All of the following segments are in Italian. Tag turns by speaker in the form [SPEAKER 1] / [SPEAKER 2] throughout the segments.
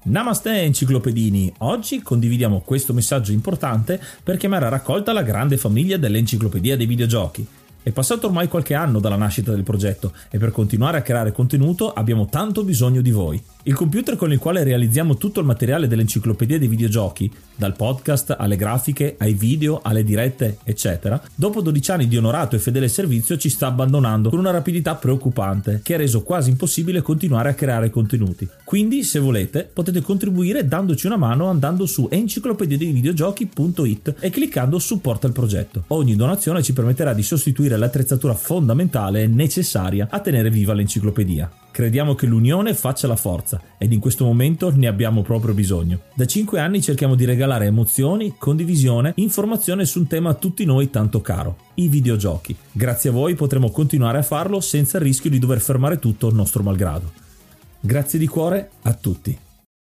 [SPEAKER 1] Namaste enciclopedini, oggi condividiamo questo messaggio importante per chiamare a raccolta la grande famiglia dell'Enciclopedia dei Videogiochi. È passato ormai qualche anno dalla nascita del progetto e per continuare a creare contenuto abbiamo tanto bisogno di voi. Il computer con il quale realizziamo tutto il materiale dell'Enciclopedia dei Videogiochi, dal podcast alle grafiche, ai video, alle dirette, eccetera, dopo 12 anni di onorato e fedele servizio ci sta abbandonando con una rapidità preoccupante che ha reso quasi impossibile continuare a creare contenuti. Quindi, se volete, potete contribuire dandoci una mano andando su enciclopediadeivideogiochi.it e cliccando supporta il progetto. Ogni donazione ci permetterà di sostituire l'attrezzatura fondamentale e necessaria a tenere viva l'enciclopedia. Crediamo che l'unione faccia la forza ed in questo momento ne abbiamo proprio bisogno. Da 5 anni cerchiamo di regalare emozioni, condivisione, informazione su un tema a tutti noi tanto caro, i videogiochi. Grazie a voi potremo continuare a farlo senza il rischio di dover fermare tutto nostro malgrado. Grazie di cuore a tutti.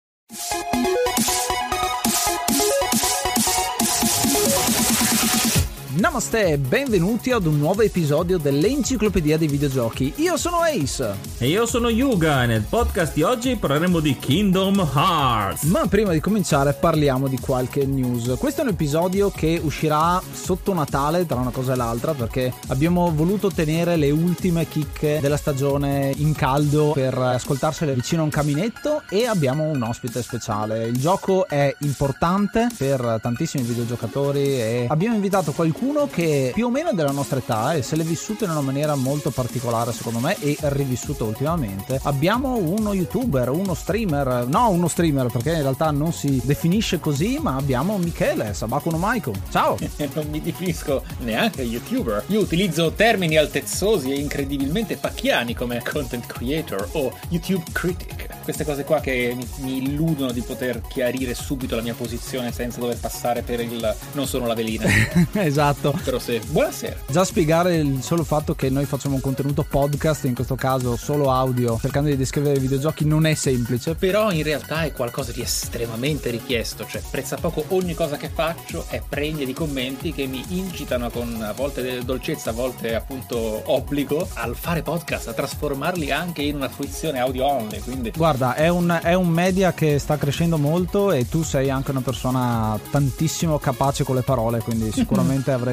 [SPEAKER 2] Namaste e benvenuti ad un nuovo episodio dell'Enciclopedia dei Videogiochi. Io sono Ace.
[SPEAKER 1] E io sono Yuga e nel podcast di oggi parleremo di Kingdom Hearts.
[SPEAKER 2] Ma prima di cominciare parliamo di qualche news. Questo è un episodio che uscirà sotto Natale tra una cosa e l'altra perché abbiamo voluto tenere le ultime chicche della stagione in caldo per ascoltarsele vicino a un caminetto e abbiamo un ospite speciale. Il gioco è importante per tantissimi videogiocatori e abbiamo invitato qualcuno che più o meno è della nostra età e se l'è vissuto in una maniera molto particolare secondo me e rivissuto ultimamente. Abbiamo uno youtuber, uno streamer perché in realtà non si definisce così, ma abbiamo Michele Sabakuno Maiko. Ciao.
[SPEAKER 3] Non mi definisco neanche youtuber, io utilizzo termini altezzosi e incredibilmente pacchiani come content creator o YouTube critic, queste cose qua che mi illudono di poter chiarire subito la mia posizione senza dover passare per il non sono la velina.
[SPEAKER 2] Esatto.
[SPEAKER 3] Però se buonasera.
[SPEAKER 2] Già spiegare il solo fatto che noi facciamo un contenuto podcast, in questo caso solo audio, cercando di descrivere i videogiochi non è semplice.
[SPEAKER 3] Però in realtà è qualcosa di estremamente richiesto, cioè prezza poco ogni cosa che faccio è pregna di commenti che mi incitano con a volte dolcezza, a volte appunto obbligo al fare podcast, a trasformarli anche in una fruizione audio only, quindi
[SPEAKER 2] guarda, è un media che sta crescendo molto e tu sei anche una persona tantissimo capace con le parole, quindi sicuramente avresti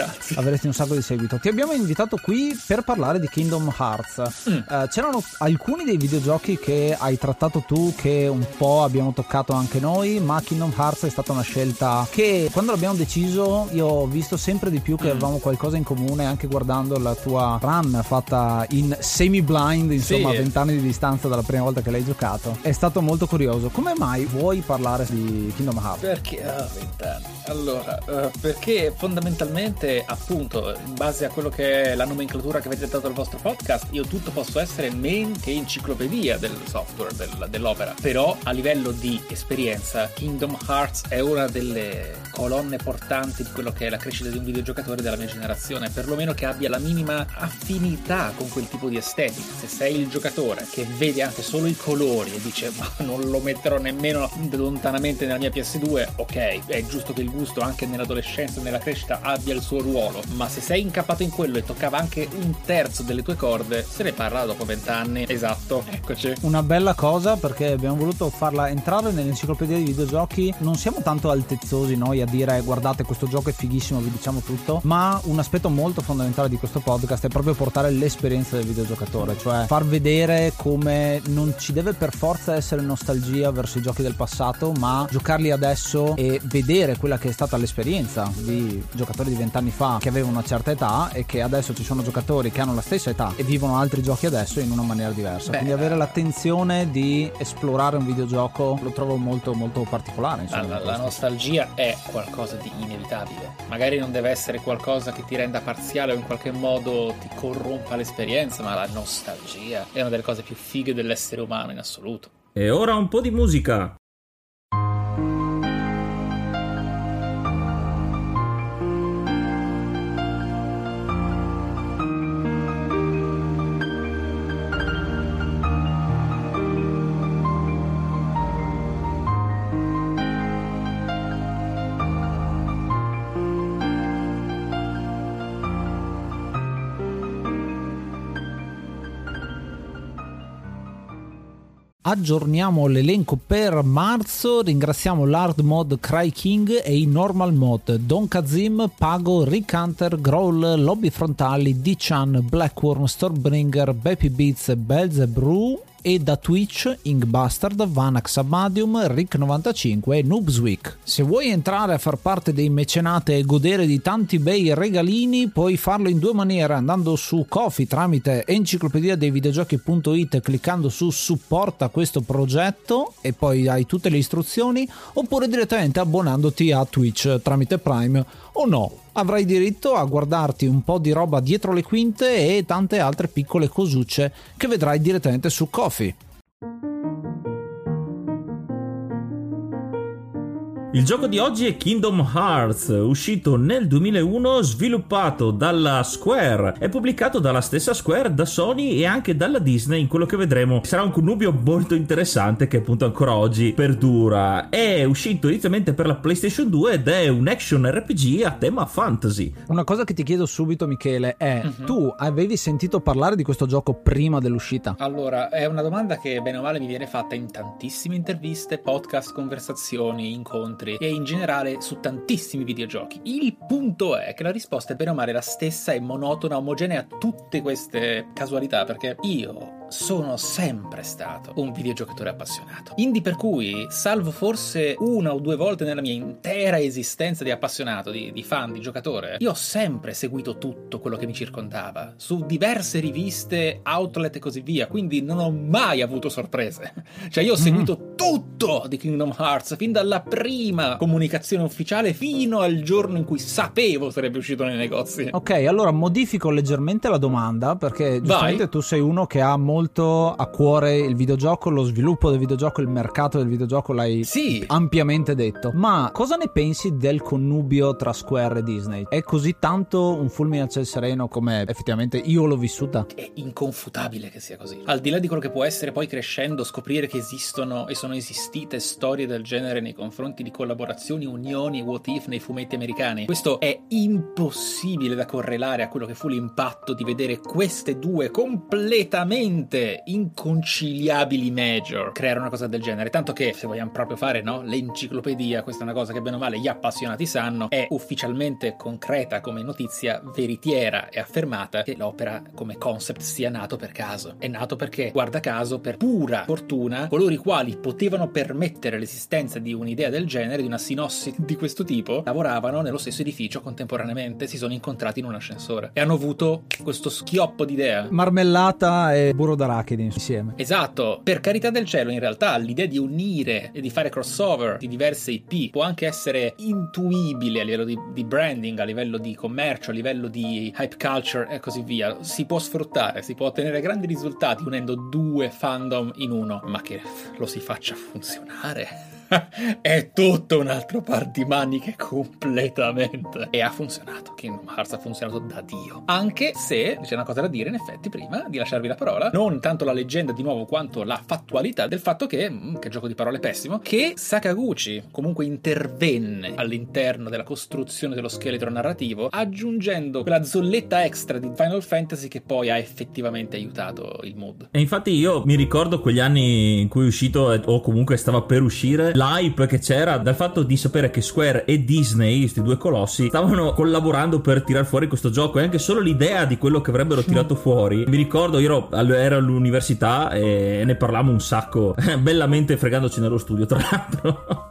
[SPEAKER 2] un sacco di seguito. Ti abbiamo invitato qui per parlare di Kingdom Hearts. C'erano alcuni dei videogiochi che hai trattato tu che un po' abbiamo toccato anche noi, ma Kingdom Hearts è stata una scelta che quando l'abbiamo deciso io ho visto sempre di più che avevamo qualcosa in comune, anche guardando la tua run fatta in semi-blind, insomma, a 20 anni di distanza dalla prima volta che l'hai giocato. È stato molto curioso. Come mai vuoi parlare di Kingdom Hearts?
[SPEAKER 3] Perché 20 anni? Allora, perché fondamentalmente, appunto, in base a quello che è la nomenclatura che avete dato al vostro podcast, io tutto posso essere men che enciclopedia del software, dell'opera. Però a livello di esperienza, Kingdom Hearts è una delle colonne portanti di quello che è la crescita di un videogiocatore della mia generazione, perlomeno che abbia la minima affinità con quel tipo di estetica. Se sei il giocatore che vede anche solo i colori e dice ma non lo metterò nemmeno lontanamente nella mia PS2, ok, è giusto che il gusto anche nell'adolescenza e nella crescita abbia il suo ruolo, ma se sei incappato in quello e toccava anche un terzo delle tue corde, se ne parla dopo 20 anni. Esatto, eccoci.
[SPEAKER 2] Una bella cosa, perché abbiamo voluto farla entrare nell'enciclopedia dei videogiochi. Non siamo tanto altezzosi noi a dire guardate questo gioco è fighissimo, vi diciamo tutto, ma un aspetto molto fondamentale di questo podcast è proprio portare l'esperienza del videogiocatore, cioè far vedere come non ci deve per forza essere nostalgia verso i giochi del passato, ma giocarli adesso e vedere quella che è stata l'esperienza di giocatori di 20 anni fa che avevano una certa età e che adesso ci sono giocatori che hanno la stessa età e vivono altri giochi adesso in una maniera diversa. Quindi avere l'attenzione di esplorare un videogioco lo trovo molto molto particolare, insomma.
[SPEAKER 3] La nostalgia è qualcosa di inevitabile, magari non deve essere qualcosa che ti renda parziale o in qualche modo ti corrompa l'esperienza, ma la nostalgia è una delle cose più fighe dell'essere umano in assoluto.
[SPEAKER 1] E ora un po' di musica.
[SPEAKER 2] aggiorniamo l'elenco per marzo. Ringraziamo l'hard mod Cry King e i normal mod Don Kazim, Pago, Rick Hunter, Growl, Lobby Frontali, D-Chan, Blackworm, Stormbringer, Baby Beats e Belzebrew. E da Twitch, Inkbastard, Vanax Abadium, Rick95 e Noobsweek. Se vuoi entrare a far parte dei mecenate e godere di tanti bei regalini, puoi farlo in due maniere: andando su Ko-fi tramite enciclopedia dei videogiochi.it, cliccando su supporta questo progetto e poi hai tutte le istruzioni, oppure direttamente abbonandoti a Twitch tramite Prime o no. Avrai diritto a guardarti un po' di roba dietro le quinte e tante altre piccole cosucce che vedrai direttamente su Ko-fi.
[SPEAKER 1] Il gioco di oggi è Kingdom Hearts, uscito nel 2001, sviluppato dalla Square e pubblicato dalla stessa Square, da Sony e anche dalla Disney. In quello che vedremo sarà un connubio molto interessante che appunto ancora oggi perdura. È uscito inizialmente per la PlayStation 2 ed è un action RPG a tema fantasy.
[SPEAKER 2] Una cosa che ti chiedo subito, Michele, è tu avevi sentito parlare di questo gioco prima dell'uscita?
[SPEAKER 3] Allora, è una domanda che bene o male mi viene fatta in tantissime interviste, podcast, conversazioni, incontri e in generale su tantissimi videogiochi. Il punto è che la risposta è bene o male la stessa e monotona, omogenea a tutte queste casualità, perché io sono sempre stato un videogiocatore appassionato. Indi per cui, salvo forse una o due volte nella mia intera esistenza di appassionato, di fan, di giocatore, io ho sempre seguito tutto quello che mi circondava, su diverse riviste, outlet e così via, quindi non ho mai avuto sorprese. Cioè io ho seguito tutto di Kingdom Hearts, fin dalla prima comunicazione ufficiale fino al giorno in cui sapevo sarebbe uscito nei negozi.
[SPEAKER 2] Ok, allora modifico leggermente la domanda, perché giustamente tu sei uno che ha molto a cuore il videogioco, lo sviluppo del videogioco, il mercato del videogioco, l'hai ampiamente detto. Ma cosa ne pensi del connubio tra Square e Disney? È così tanto un fulmine a ciel sereno come effettivamente io l'ho vissuta?
[SPEAKER 3] È inconfutabile che sia così. Al di là di quello che può essere poi crescendo, scoprire che esistono e sono esistite storie del genere nei confronti di collaborazioni, unioni, what if nei fumetti americani, questo è impossibile da correlare a quello che fu l'impatto di vedere queste due completamente inconciliabili major creare una cosa del genere. Tanto che, se vogliamo proprio fare l'enciclopedia, questa è una cosa che bene o male gli appassionati sanno, è ufficialmente concreta come notizia veritiera e affermata che l'opera come concept sia nato per caso. È nato perché, guarda caso, per pura fortuna, coloro i quali potevano permettere l'esistenza di un'idea del genere, di una sinossi di questo tipo, lavoravano nello stesso edificio contemporaneamente, si sono incontrati in un ascensore e hanno avuto questo schioppo di idea.
[SPEAKER 2] Marmellata e burro d'arachidi insieme.
[SPEAKER 3] Esatto, per carità del cielo, in realtà l'idea di unire e di fare crossover di diverse IP può anche essere intuibile a livello di branding, a livello di commercio, a livello di hype culture e così via. Si può sfruttare, si può ottenere grandi risultati unendo due fandom in uno, ma che lo si faccia funzionare è tutto un altro par di maniche completamente. E ha funzionato. Kingdom Hearts ha funzionato da Dio. Anche se c'è una cosa da dire, in effetti, prima di lasciarvi la parola, non tanto la leggenda di nuovo quanto la fattualità del fatto che gioco di parole pessimo, che Sakaguchi comunque intervenne all'interno della costruzione dello scheletro narrativo, aggiungendo quella zolletta extra di Final Fantasy che poi ha effettivamente aiutato il mood.
[SPEAKER 1] E infatti io mi ricordo quegli anni in cui è uscito o comunque stava per uscire, l'hype che c'era dal fatto di sapere che Square e Disney, questi due colossi, stavano collaborando per tirar fuori questo gioco, e anche solo l'idea di quello che avrebbero tirato fuori. Mi ricordo, io ero all'università e ne parlavamo un sacco, bellamente fregandoci nello studio, tra l'altro.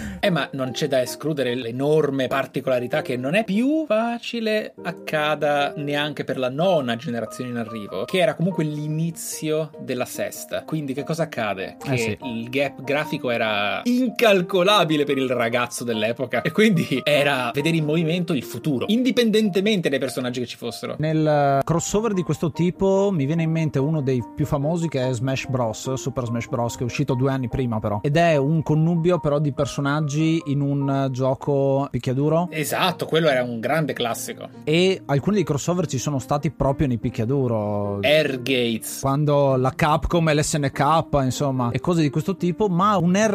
[SPEAKER 3] Ma non c'è da escludere l'enorme particolarità che non è più facile accada neanche per la nona generazione in arrivo, che era comunque l'inizio della sesta. Quindi che cosa accade? Che il gap grafico era incalcolabile per il ragazzo dell'epoca, e quindi era vedere in movimento il futuro, indipendentemente dai personaggi che ci fossero.
[SPEAKER 2] Nel crossover di questo tipo mi viene in mente uno dei più famosi, che è Smash Bros, Super Smash Bros, che è uscito 2 anni prima però, ed è un connubio però di personaggi in un gioco picchiaduro.
[SPEAKER 3] Esatto, quello era un grande classico.
[SPEAKER 2] E alcuni dei crossover ci sono stati proprio nei picchiaduro,
[SPEAKER 3] Airgates,
[SPEAKER 2] quando la Capcom e l'SNK, insomma, e cose di questo tipo. Ma un RPG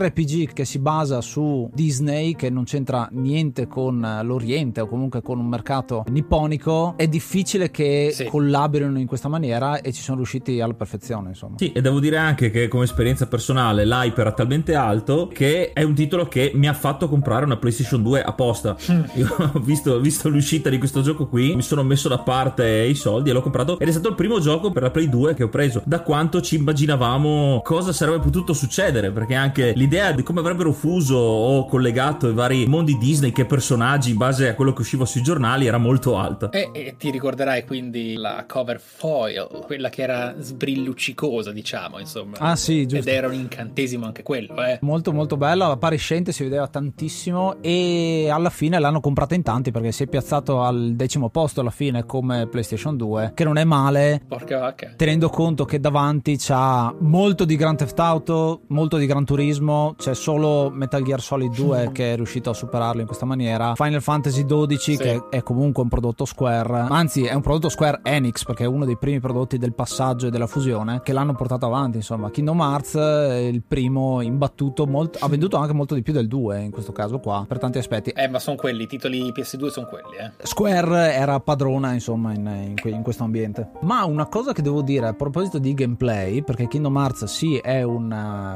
[SPEAKER 2] RPG che si basa su Disney, che non c'entra niente con l'Oriente o comunque con un mercato nipponico, è difficile che collaborino in questa maniera, e ci sono riusciti alla perfezione, insomma.
[SPEAKER 1] Sì, e devo dire anche che come esperienza personale l'hype era talmente alto che è un titolo che mi ha fatto comprare una PlayStation 2 apposta. Io ho visto l'uscita di questo gioco qui, mi sono messo da parte i soldi e l'ho comprato, ed è stato il primo gioco per la Play 2 che ho preso da quanto ci immaginavamo cosa sarebbe potuto succedere, perché anche l'idea di come avrebbero fuso o collegato i vari mondi Disney, che personaggi, in base a quello che usciva sui giornali, era molto alta.
[SPEAKER 3] E ti ricorderai quindi la cover foil, quella che era sbrilluccicosa, diciamo, insomma.
[SPEAKER 2] Ah sì, giusto.
[SPEAKER 3] Ed era un incantesimo anche quello,
[SPEAKER 2] Molto molto bella, appariscente, si vedeva tantissimo, e alla fine l'hanno comprata in tanti perché si è piazzato al 10° posto alla fine come PlayStation 2, che non è male.
[SPEAKER 3] Porca vacca.
[SPEAKER 2] Tenendo conto che davanti c'ha molto di Grand Theft Auto, molto di Gran Turismo, c'è solo Metal Gear Solid 2 che è riuscito a superarlo in questa maniera, Final Fantasy 12 che è comunque un prodotto Square, anzi è un prodotto Square Enix perché è uno dei primi prodotti del passaggio e della fusione che l'hanno portato avanti, insomma. Kingdom Hearts è il primo imbattuto, ha venduto anche molto di più del 2 in questo caso qua, per tanti aspetti.
[SPEAKER 3] Ma sono quelli, i titoli PS2 sono quelli,
[SPEAKER 2] Square era padrona, insomma, in questo ambiente. Ma una cosa che devo dire a proposito di gameplay, perché Kingdom Hearts sì è un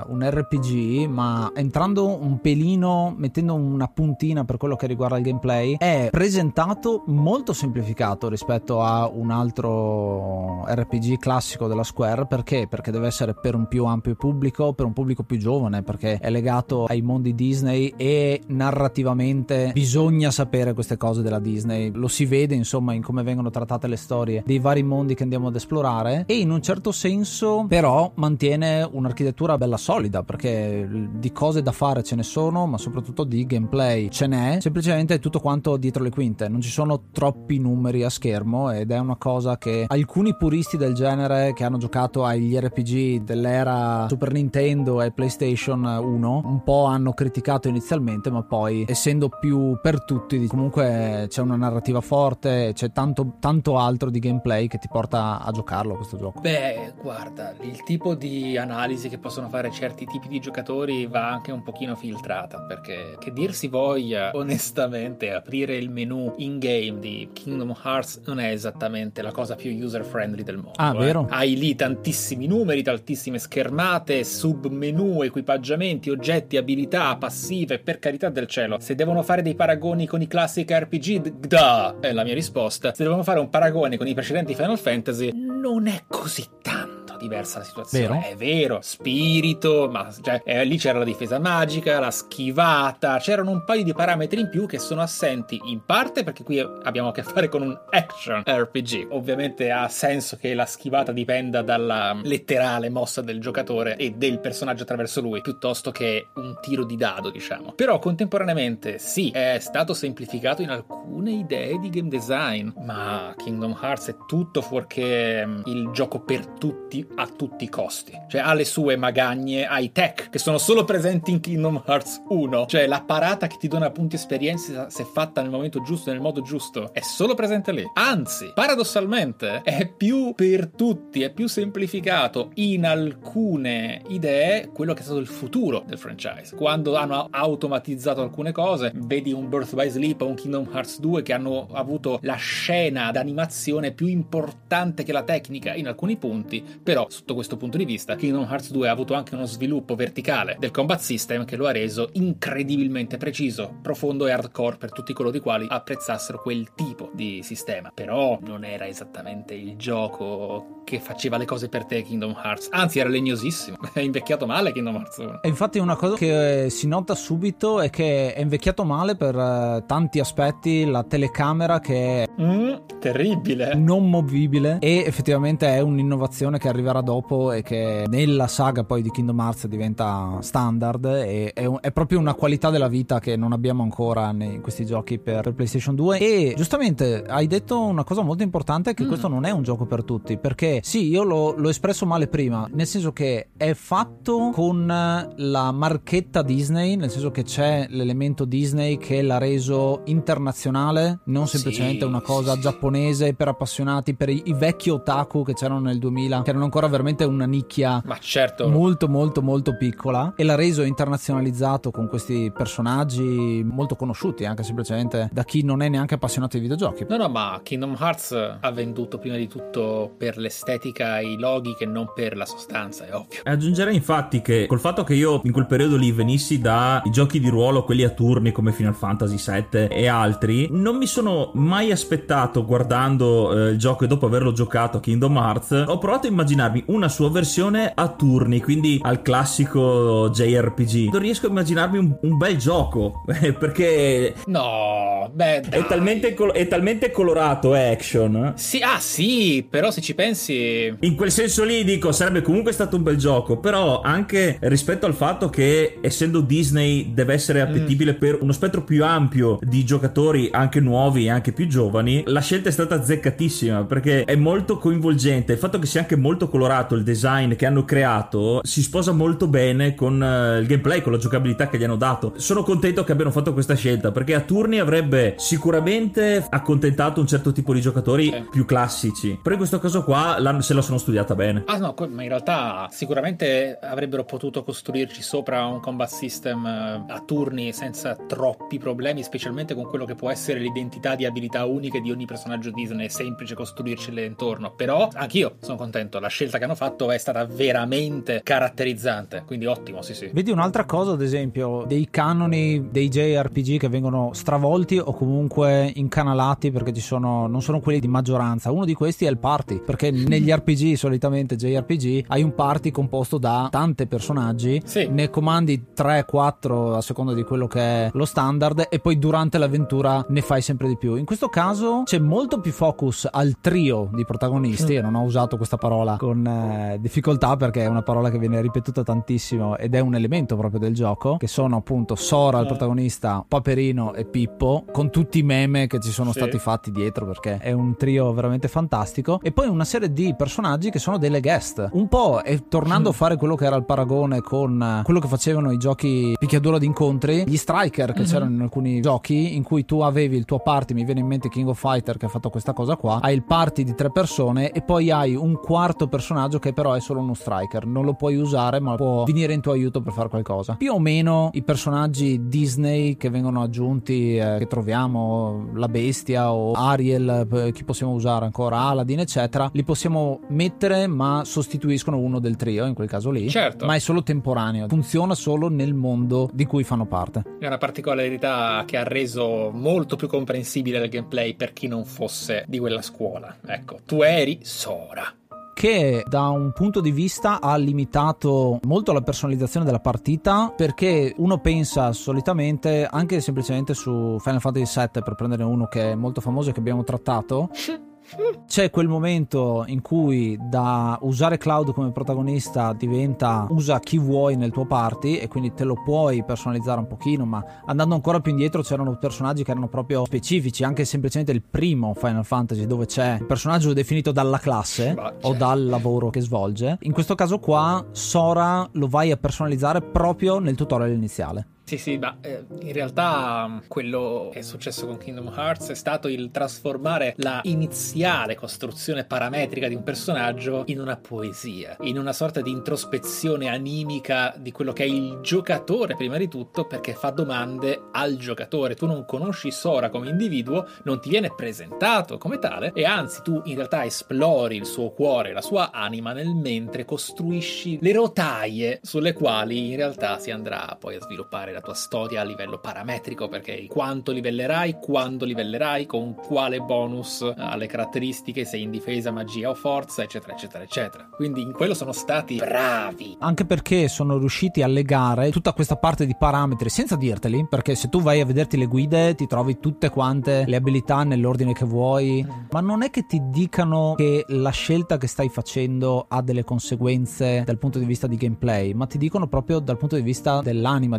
[SPEAKER 2] RPG, ma entrando un pelino, mettendo una puntina per quello che riguarda il gameplay, è presentato molto semplificato rispetto a un altro RPG classico della Square. Perché? Perché deve essere per un più ampio pubblico, per un pubblico più giovane, perché è legato ai mondi Disney e narrativamente bisogna sapere queste cose della Disney. Lo si vede, insomma, in come vengono trattate le storie dei vari mondi che andiamo ad esplorare, e in un certo senso però mantiene un'architettura bella solida, perché di cose da fare ce ne sono, ma soprattutto di gameplay ce n'è. Semplicemente è tutto quanto dietro le quinte, non ci sono troppi numeri a schermo, ed è una cosa che alcuni puristi del genere che hanno giocato agli RPG dell'era Super Nintendo e PlayStation 1 un po' hanno criticato inizialmente, ma poi, essendo più per tutti, comunque c'è una narrativa forte, c'è tanto altro di gameplay che ti porta a giocarlo questo gioco.
[SPEAKER 3] Beh, guarda, il tipo di analisi che possono fare certi tipi di giocatori va anche un pochino filtrata, perché che dir si voglia, onestamente aprire il menu in game di Kingdom Hearts non è esattamente la cosa più user friendly del mondo.
[SPEAKER 2] Vero?
[SPEAKER 3] Hai lì tantissimi numeri, tantissime schermate, submenu, equipaggiamenti, oggetti, abilità, passive, per carità del cielo. Se devono fare dei paragoni con i classic RPG, è la mia risposta. Se devono fare un paragone con i precedenti Final Fantasy, non è così tanto diversa la situazione.
[SPEAKER 2] Vero?
[SPEAKER 3] È vero, spirito, ma lì c'era la difesa magica, la schivata, c'erano un paio di parametri in più che sono assenti, in parte perché qui abbiamo a che fare con un action RPG. Ovviamente ha senso che la schivata dipenda dalla letterale mossa del giocatore e del personaggio attraverso lui, piuttosto che un tiro di dado, diciamo. Però contemporaneamente sì, è stato semplificato in alcune idee di game design, ma Kingdom Hearts è tutto fuorché il gioco per tutti a tutti i costi. Cioè ha le sue magagne, ha i tech che sono solo presenti in Kingdom Hearts 1, cioè la parata che ti dona punti esperienza se fatta nel momento giusto, nel modo giusto, è solo presente lì. Anzi, paradossalmente è più per tutti, è più semplificato in alcune idee quello che è stato il futuro del franchise. Quando hanno automatizzato alcune cose, vedi un Birth by Sleep o un Kingdom Hearts 2 che hanno avuto la scena d'animazione più importante che la tecnica in alcuni punti. Però sotto questo punto di vista Kingdom Hearts 2 ha avuto anche uno sviluppo verticale del combat system che lo ha reso incredibilmente preciso, profondo e hardcore per tutti coloro i quali apprezzassero quel tipo di sistema. Però non era esattamente il gioco che faceva le cose per te Kingdom Hearts, anzi era legnosissimo. È invecchiato male Kingdom Hearts 1.
[SPEAKER 2] E infatti una cosa che si nota subito è che è invecchiato male per tanti aspetti. La telecamera che è
[SPEAKER 3] terribile,
[SPEAKER 2] non movibile, e effettivamente è un'innovazione che arriverà dopo e che nella saga poi di Kingdom Hearts diventa standard, e è proprio una qualità della vita che non abbiamo ancora in questi giochi per PlayStation 2. E giustamente hai detto una cosa molto importante, che questo non è un gioco per tutti, perché sì, io l'ho espresso male prima, nel senso che è fatto con la marchetta Disney, nel senso che c'è l'elemento Disney che l'ha reso internazionale, non semplicemente una cosa giapponese per appassionati, per i vecchi otaku che c'erano nel 2000, che erano ancora veramente una nicchia,
[SPEAKER 3] ma certo,
[SPEAKER 2] molto molto molto piccola, e l'ha reso internazionalizzato con questi personaggi molto conosciuti anche semplicemente da chi non è neanche appassionato di videogiochi.
[SPEAKER 3] No, ma Kingdom Hearts ha venduto prima di tutto per l'estetica e i loghi che non per la sostanza, è ovvio.
[SPEAKER 1] Aggiungerei infatti che col fatto che io in quel periodo lì venissi dai giochi di ruolo, quelli a turni come Final Fantasy VII e altri, non mi sono mai aspettato, guardando il gioco e dopo averlo giocato, Kingdom Hearts, ho provato a immaginarmi una sua versione a turni, quindi al classico JRPG. Non riesco a immaginarmi un bel gioco perché
[SPEAKER 3] no, beh,
[SPEAKER 1] è talmente colorato, è action.
[SPEAKER 3] Sì, però se ci pensi,
[SPEAKER 1] in quel senso lì dico, sarebbe comunque stato un bel gioco, però anche rispetto al fatto che essendo Disney deve essere appetibile per uno spettro più ampio di giocatori, anche nuovi e anche più giovani, la scelta è stata azzeccatissima perché è molto coinvolgente. Il fatto che sia anche molto colorato, il design che hanno creato si sposa molto bene con il gameplay, con la giocabilità che gli hanno dato. Sono contento che abbiano fatto questa scelta perché a turni avrebbe sicuramente accontentato un certo tipo di giocatori più classici, però in questo caso qua se la sono studiata bene.
[SPEAKER 3] No, ma in realtà sicuramente avrebbero potuto costruirci sopra un combat system a turni senza troppi problemi, specialmente con quello che può essere l'identità di abilità uniche di ogni personaggio Disney. È semplice costruircele intorno, però anch'io sono contento, la scelta che hanno fatto è stata veramente caratterizzante, quindi ottimo, sì.
[SPEAKER 2] Vedi un'altra cosa, ad esempio, dei canoni dei JRPG che vengono stravolti o comunque incanalati perché non sono quelli di maggioranza. Uno di questi è il party, perché negli RPG, solitamente JRPG, hai un party composto da tante personaggi, ne comandi 3-4 a seconda di quello che è lo standard, e poi durante l'avventura ne fai sempre di più. In questo caso c'è molto più focus al trio di protagonisti, e non ho usato questa parola con difficoltà perché è una parola che viene ripetuta tantissimo ed è un elemento proprio del gioco, che sono appunto Sora il protagonista, Paperino e Pippo, con tutti i meme che ci sono stati fatti dietro, perché è un trio veramente fantastico. E poi una serie di personaggi che sono delle guest, un po' e tornando a fare quello che era il paragone con quello che facevano i giochi picchiaduro d'incontri, gli striker che c'erano in alcuni giochi, in cui tu avevi il tuo party. Mi viene in mente King of Fighter che ha fatto questa cosa qua, hai il party di 3 persone e poi hai un quarto personaggio che però è solo uno striker, non lo puoi usare ma può venire in tuo aiuto per fare qualcosa. Più o meno i personaggi Disney che vengono aggiunti, che troviamo, la bestia o Ariel, chi possiamo usare ancora, Aladdin eccetera, li possiamo mettere ma sostituiscono uno del trio in quel caso lì, ma è solo temporaneo, funziona solo nel mondo di cui fanno parte.
[SPEAKER 3] È una particolarità che ha reso molto più comprensibile il gameplay per chi non fosse di quella scuola. Ecco, tu eri Sora,
[SPEAKER 2] che da un punto di vista ha limitato molto la personalizzazione della partita, perché uno pensa solitamente, anche semplicemente su Final Fantasy VII per prendere uno che è molto famoso e che abbiamo trattato, c'è quel momento in cui da usare Cloud come protagonista diventa usa chi vuoi nel tuo party, e quindi te lo puoi personalizzare un pochino, ma andando ancora più indietro c'erano personaggi che erano proprio specifici. Anche semplicemente il primo Final Fantasy, dove c'è il personaggio definito dalla classe o dal lavoro che svolge, in questo caso qua Sora lo vai a personalizzare proprio nel tutorial iniziale.
[SPEAKER 3] Sì, ma in realtà quello che è successo con Kingdom Hearts è stato il trasformare la iniziale costruzione parametrica di un personaggio in una poesia, in una sorta di introspezione animica di quello che è il giocatore prima di tutto, perché fa domande al giocatore. Tu non conosci Sora come individuo, non ti viene presentato come tale, e anzi tu in realtà esplori il suo cuore, la sua anima, nel mentre costruisci le rotaie sulle quali in realtà si andrà poi a sviluppare la tua storia a livello parametrico, perché quanto livellerai, quando livellerai, con quale bonus alle caratteristiche, se in difesa, magia o forza, eccetera eccetera eccetera. Quindi in quello sono stati bravi,
[SPEAKER 2] anche perché sono riusciti a legare tutta questa parte di parametri senza dirteli, perché se tu vai a vederti le guide ti trovi tutte quante le abilità nell'ordine che vuoi, ma non è che ti dicano che la scelta che stai facendo ha delle conseguenze dal punto di vista di gameplay, ma ti dicono proprio dal punto di vista dell'anima, di come lo stai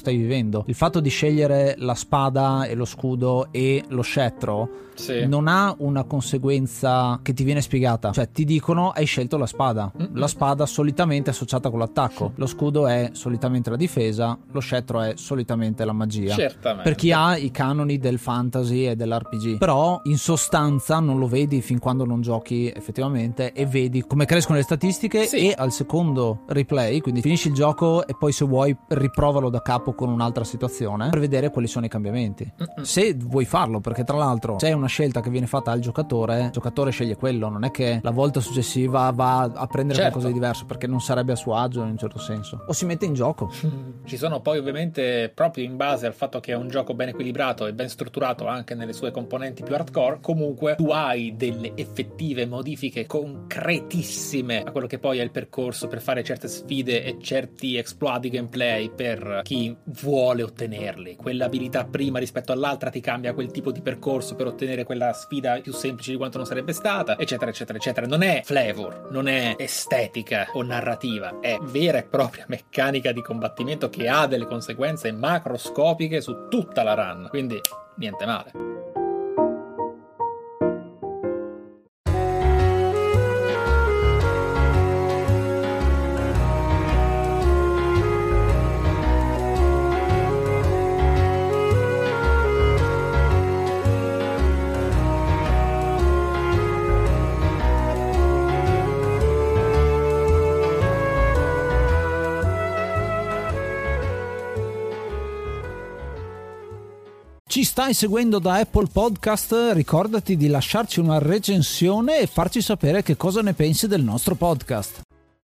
[SPEAKER 2] stai vivendo. Il fatto di scegliere la spada e lo scudo e lo scettro non ha una conseguenza che ti viene spiegata, cioè ti dicono hai scelto la spada. La spada solitamente è associata con l'attacco, lo scudo è solitamente la difesa, lo scettro è solitamente la magia.
[SPEAKER 3] Certamente.
[SPEAKER 2] Per chi ha i canoni del fantasy e dell'RPG, però in sostanza non lo vedi fin quando non giochi effettivamente e vedi come crescono le statistiche e al secondo replay, quindi finisci il gioco e poi se vuoi riprovalo da capo con un'altra situazione per vedere quali sono i cambiamenti. Se vuoi farlo, perché tra l'altro se è una scelta che viene fatta al giocatore, il giocatore sceglie quello, non è che la volta successiva va a prendere qualcosa di diverso, perché non sarebbe a suo agio in un certo senso, o si mette in gioco.
[SPEAKER 3] Ci sono poi ovviamente, proprio in base al fatto che è un gioco ben equilibrato e ben strutturato anche nelle sue componenti più hardcore, comunque tu hai delle effettive modifiche concretissime a quello che poi è il percorso per fare certe sfide e certi exploit di gameplay per chi vuole ottenerli. Quell'abilità prima rispetto all'altra ti cambia quel tipo di percorso per ottenere quella sfida più semplice di quanto non sarebbe stata, eccetera eccetera eccetera. Non è flavor, non è estetica o narrativa, è vera e propria meccanica di combattimento che ha delle conseguenze macroscopiche su tutta la run, quindi niente male.
[SPEAKER 2] Ci stai seguendo da Apple Podcast? Ricordati di lasciarci una recensione e farci sapere che cosa ne pensi del nostro podcast.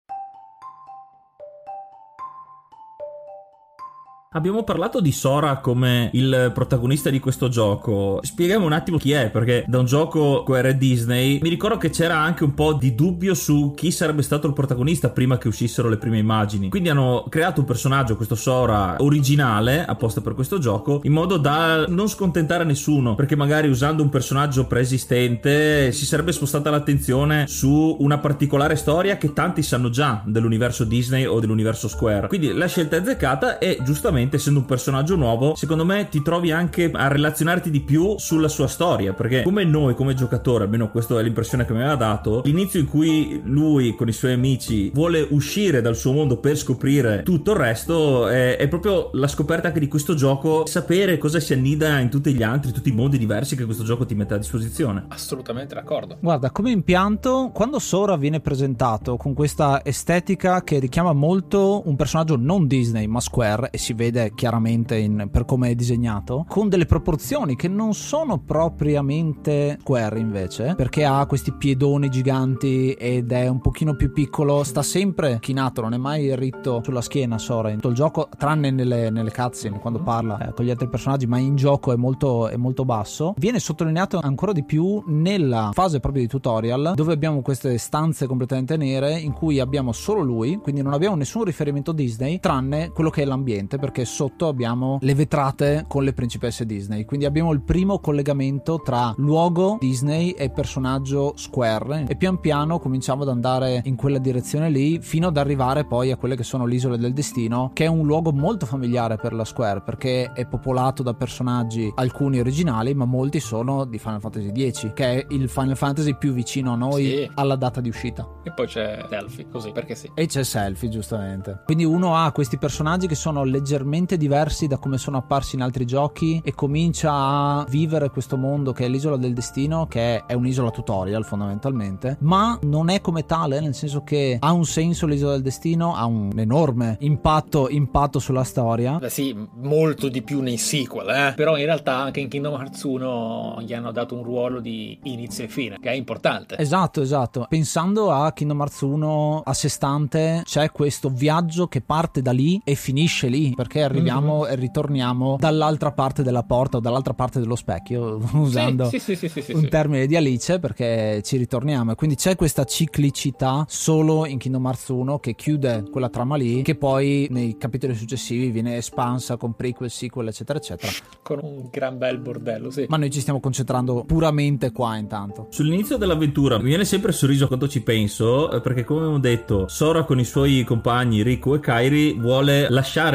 [SPEAKER 1] Abbiamo parlato di Sora come il protagonista di questo gioco. Spieghiamo un attimo chi è, perché da un gioco Square Disney mi ricordo che c'era anche un po' di dubbio su chi sarebbe stato il protagonista prima che uscissero le prime immagini. Quindi hanno creato un personaggio, questo Sora originale, apposta per questo gioco, in modo da non scontentare nessuno, perché magari usando un personaggio preesistente si sarebbe spostata l'attenzione su una particolare storia che tanti sanno già dell'universo Disney o dell'universo Square. Quindi la scelta è azzeccata e giustamente, essendo un personaggio nuovo, secondo me ti trovi anche a relazionarti di più sulla sua storia, perché come noi, come giocatore, almeno questa è l'impressione che mi aveva dato, l'inizio in cui lui con i suoi amici vuole uscire dal suo mondo per scoprire tutto il resto è proprio la scoperta anche di questo gioco, sapere cosa si annida in tutti gli altri, tutti i mondi diversi che questo gioco ti mette a disposizione.
[SPEAKER 3] Assolutamente d'accordo.
[SPEAKER 2] Guarda, come impianto, quando Sora viene presentato con questa estetica che richiama molto un personaggio non Disney ma Square, e si vede chiaramente per come è disegnato, con delle proporzioni che non sono propriamente Square invece, perché ha questi piedoni giganti ed è un pochino più piccolo, sta sempre chinato, non è mai ritto sulla schiena Sora in tutto il gioco, tranne nelle cutscene quando parla con gli altri personaggi, ma in gioco è molto basso. Viene sottolineato ancora di più nella fase proprio di tutorial, dove abbiamo queste stanze completamente nere in cui abbiamo solo lui, quindi non abbiamo nessun riferimento Disney tranne quello che è l'ambiente, perché sotto abbiamo le vetrate con le principesse Disney, quindi abbiamo il primo collegamento tra luogo Disney e personaggio Square, e pian piano cominciamo ad andare in quella direzione lì fino ad arrivare poi a quelle che sono le Isole del Destino, che è un luogo molto familiare per la Square perché è popolato da personaggi, alcuni originali ma molti sono di Final Fantasy X, che è il Final Fantasy più vicino a noi alla data di uscita.
[SPEAKER 3] E poi c'è Selfie, così perché sì,
[SPEAKER 2] e c'è Selfie, giustamente. Quindi uno ha questi personaggi che sono leggermente diversi da come sono apparsi in altri giochi e comincia a vivere questo mondo che è l'Isola del Destino, che è un'isola tutorial fondamentalmente, ma non è come tale, nel senso che ha un senso l'Isola del Destino, ha un enorme impatto sulla storia.
[SPEAKER 3] Beh sì, molto di più nei sequel, però in realtà anche in Kingdom Hearts 1 gli hanno dato un ruolo di inizio e fine, che è importante.
[SPEAKER 2] Esatto. Pensando a Kingdom Hearts 1 a sé stante, c'è questo viaggio che parte da lì e finisce lì, perché arriviamo e ritorniamo dall'altra parte della porta o dall'altra parte dello specchio, usando un termine di Alice, perché ci ritorniamo, e quindi c'è questa ciclicità solo in Kingdom Hearts 1 che chiude quella trama lì, che poi nei capitoli successivi viene espansa con prequel, sequel eccetera eccetera,
[SPEAKER 3] con un gran bel bordello, sì.
[SPEAKER 2] Ma noi ci stiamo concentrando puramente qua intanto
[SPEAKER 1] sull'inizio dell'avventura. Mi viene sempre sorriso quando ci penso, perché come abbiamo detto, Sora con i suoi compagni Riku e Kairi vuole lasciare l'isola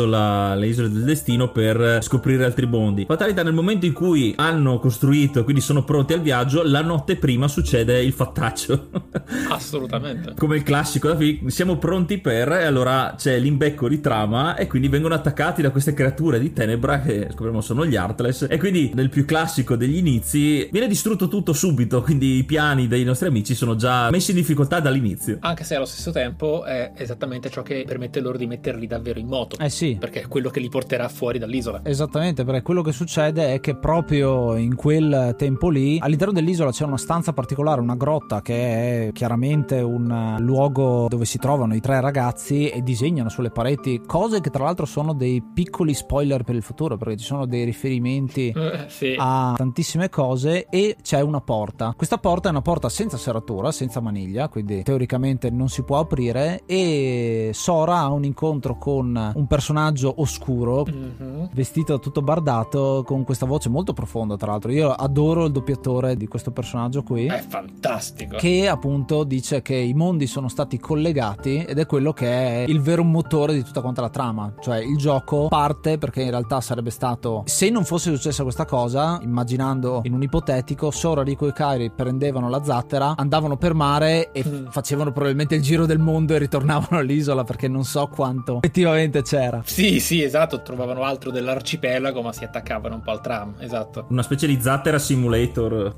[SPEAKER 1] le isole del destino per scoprire altri mondi. Fatalità, nel momento in cui hanno costruito, quindi sono pronti al viaggio, la notte prima succede il fattaccio.
[SPEAKER 3] Assolutamente.
[SPEAKER 1] Come il classico, siamo pronti per, e allora c'è l'imbecco di trama e quindi vengono attaccati da queste creature di tenebra che scopriamo sono gli Heartless, e quindi nel più classico degli inizi viene distrutto tutto subito, quindi i piani dei nostri amici sono già messi in difficoltà dall'inizio.
[SPEAKER 3] Anche se allo stesso tempo è esattamente ciò che permette loro di metterli davvero in moto.
[SPEAKER 2] Sì.
[SPEAKER 3] Perché è quello che li porterà fuori dall'isola.
[SPEAKER 2] Esattamente, perché quello che succede è che proprio in quel tempo lì all'interno dell'isola c'è una stanza particolare, una grotta che è chiaramente un luogo dove si trovano i tre ragazzi e disegnano sulle pareti cose che tra l'altro sono dei piccoli spoiler per il futuro, perché ci sono dei riferimenti
[SPEAKER 3] sì,
[SPEAKER 2] a tantissime cose. E c'è una porta. Questa porta è una porta senza serratura, senza maniglia, quindi teoricamente non si può aprire, e Sora ha un incontro con un personaggio oscuro, vestito tutto bardato, con questa voce molto profonda. Tra l'altro io adoro il doppiatore di questo personaggio qui,
[SPEAKER 3] è fantastico,
[SPEAKER 2] che appunto dice che i mondi sono stati collegati ed è quello che è il vero motore di tutta quanta la trama. Cioè il gioco parte perché in realtà sarebbe stato, se non fosse successa questa cosa, immaginando in un ipotetico, Sora, Riku e Kairi prendevano la zattera, andavano per mare e facevano probabilmente il giro del mondo e ritornavano all'isola, perché non so quanto effettivamente c'era.
[SPEAKER 3] Sì, esatto, trovavano altro dell'arcipelago ma si attaccavano un po' al tram, esatto.
[SPEAKER 1] Una specie di zattera simulator.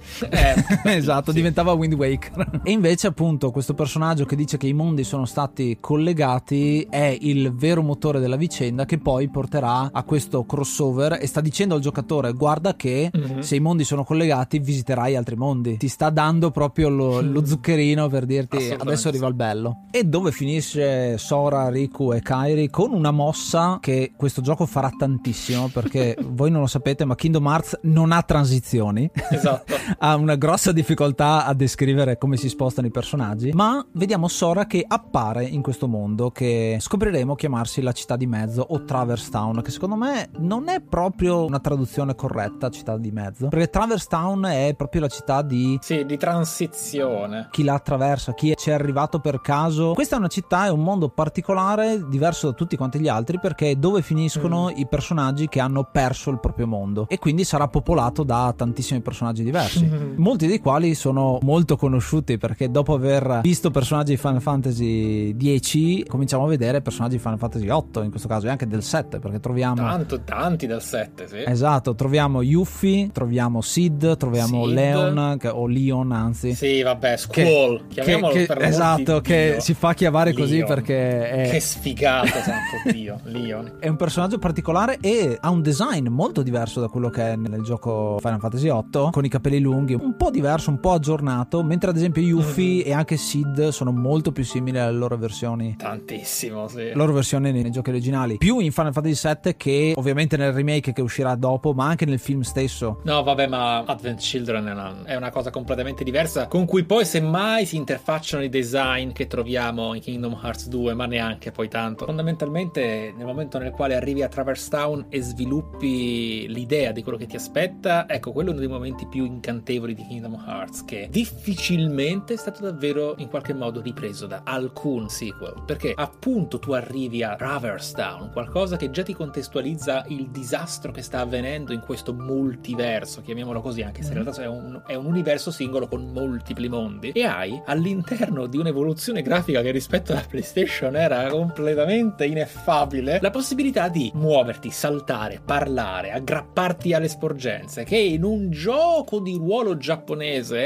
[SPEAKER 2] Esatto, sì. Diventava Wind Waker. E invece appunto questo personaggio che dice che i mondi sono stati collegati è il vero motore della vicenda, che poi porterà a questo crossover e sta dicendo al giocatore: guarda che se i mondi sono collegati visiterai altri mondi. Ti sta dando proprio lo zuccherino per dirti adesso arriva il bello. E dove finisce Sora, Riku e Kairi? Con una mossa che questo gioco farà tantissimo, perché voi non lo sapete ma Kingdom Hearts non ha transizioni.
[SPEAKER 3] Esatto.
[SPEAKER 2] Ha una grossa difficoltà a descrivere come si spostano i personaggi, ma vediamo Sora che appare in questo mondo che scopriremo chiamarsi la città di mezzo o Traverse Town, che secondo me non è proprio una traduzione corretta, città di mezzo, perché Traverse Town è proprio la città di
[SPEAKER 3] transizione,
[SPEAKER 2] chi la attraversa, chi ci è arrivato per caso. Questa è una città, è un mondo particolare, diverso da tutti quanti gli altri, perché è dove finiscono i personaggi che hanno perso il proprio mondo, e quindi sarà popolato da tantissimi personaggi diversi, molti dei quali sono molto conosciuti, perché dopo aver visto personaggi di Final Fantasy X cominciamo a vedere personaggi di Final Fantasy 8 in questo caso, e anche del 7, perché troviamo
[SPEAKER 3] tanti del 7, sì.
[SPEAKER 2] Esatto, troviamo Yuffie, troviamo Sid, troviamo Leon, o Leon anzi.
[SPEAKER 3] Sì, vabbè, Squall, chiamiamolo per l'amor
[SPEAKER 2] esatto,
[SPEAKER 3] di
[SPEAKER 2] che
[SPEAKER 3] Dio.
[SPEAKER 2] si fa chiamare così
[SPEAKER 3] Leon.
[SPEAKER 2] Perché è...
[SPEAKER 3] Che sfigato, santo Dio, Leon.
[SPEAKER 2] È un personaggio particolare e ha un design molto diverso da quello che è nel gioco Final Fantasy 8, con i capelli lunghi, un po' diverso, un po' aggiornato, mentre ad esempio Yuffie e anche Sid sono molto più simili alle loro versioni.
[SPEAKER 3] Tantissimo, sì.
[SPEAKER 2] Le loro versioni nei giochi originali, più in Final Fantasy 7 che ovviamente nel remake che uscirà dopo, ma anche nel film stesso.
[SPEAKER 3] No, vabbè, ma Advent Children è una cosa completamente diversa, con cui poi semmai si interfacciano i design che troviamo in Kingdom Hearts 2, ma neanche poi tanto. Fondamentalmente nel momento nel quale arrivi a Traverse Town e sviluppi l'idea di quello che ti aspetta, ecco, quello è uno dei momenti più incantevoli di Kingdom Hearts, che difficilmente è stato davvero in qualche modo ripreso da alcun sequel, perché appunto tu arrivi a Traverse Town, qualcosa che già ti contestualizza il disastro che sta avvenendo in questo multiverso, chiamiamolo così, anche se in realtà è un universo singolo con multipli mondi, e hai all'interno di un'evoluzione grafica che rispetto alla PlayStation era completamente ineffabile la possibilità di muoverti, saltare, parlare, aggrapparti alle sporgenze, che in un gioco di ruolo giapponese è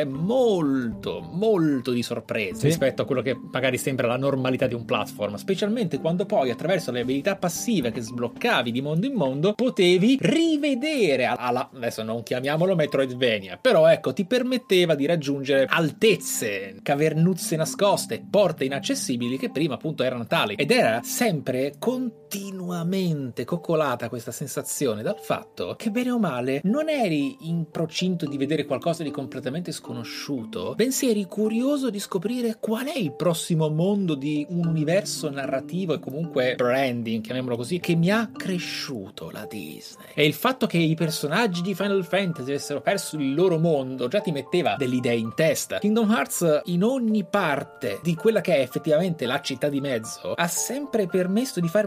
[SPEAKER 3] molto di sorpresa rispetto a quello che magari sembra la normalità di un platform, specialmente quando poi attraverso le abilità passive che sbloccavi di mondo in mondo potevi rivedere adesso non chiamiamolo Metroidvania, però ecco, ti permetteva di raggiungere altezze, cavernuzze nascoste, porte inaccessibili che prima appunto erano tali, ed era sempre continuamente coccolata questa sensazione dal fatto che bene o male non eri in procinto di vedere qualcosa di completamente sconosciuto, bensì eri curioso di scoprire qual è il prossimo mondo di un universo narrativo e comunque branding, chiamiamolo così, che mi ha cresciuto la Disney. E il fatto che i personaggi di Final Fantasy avessero perso il loro mondo già ti metteva delle idee in testa. Kingdom Hearts in ogni parte di quella che è effettivamente la città di mezzo ha sempre permesso di fare una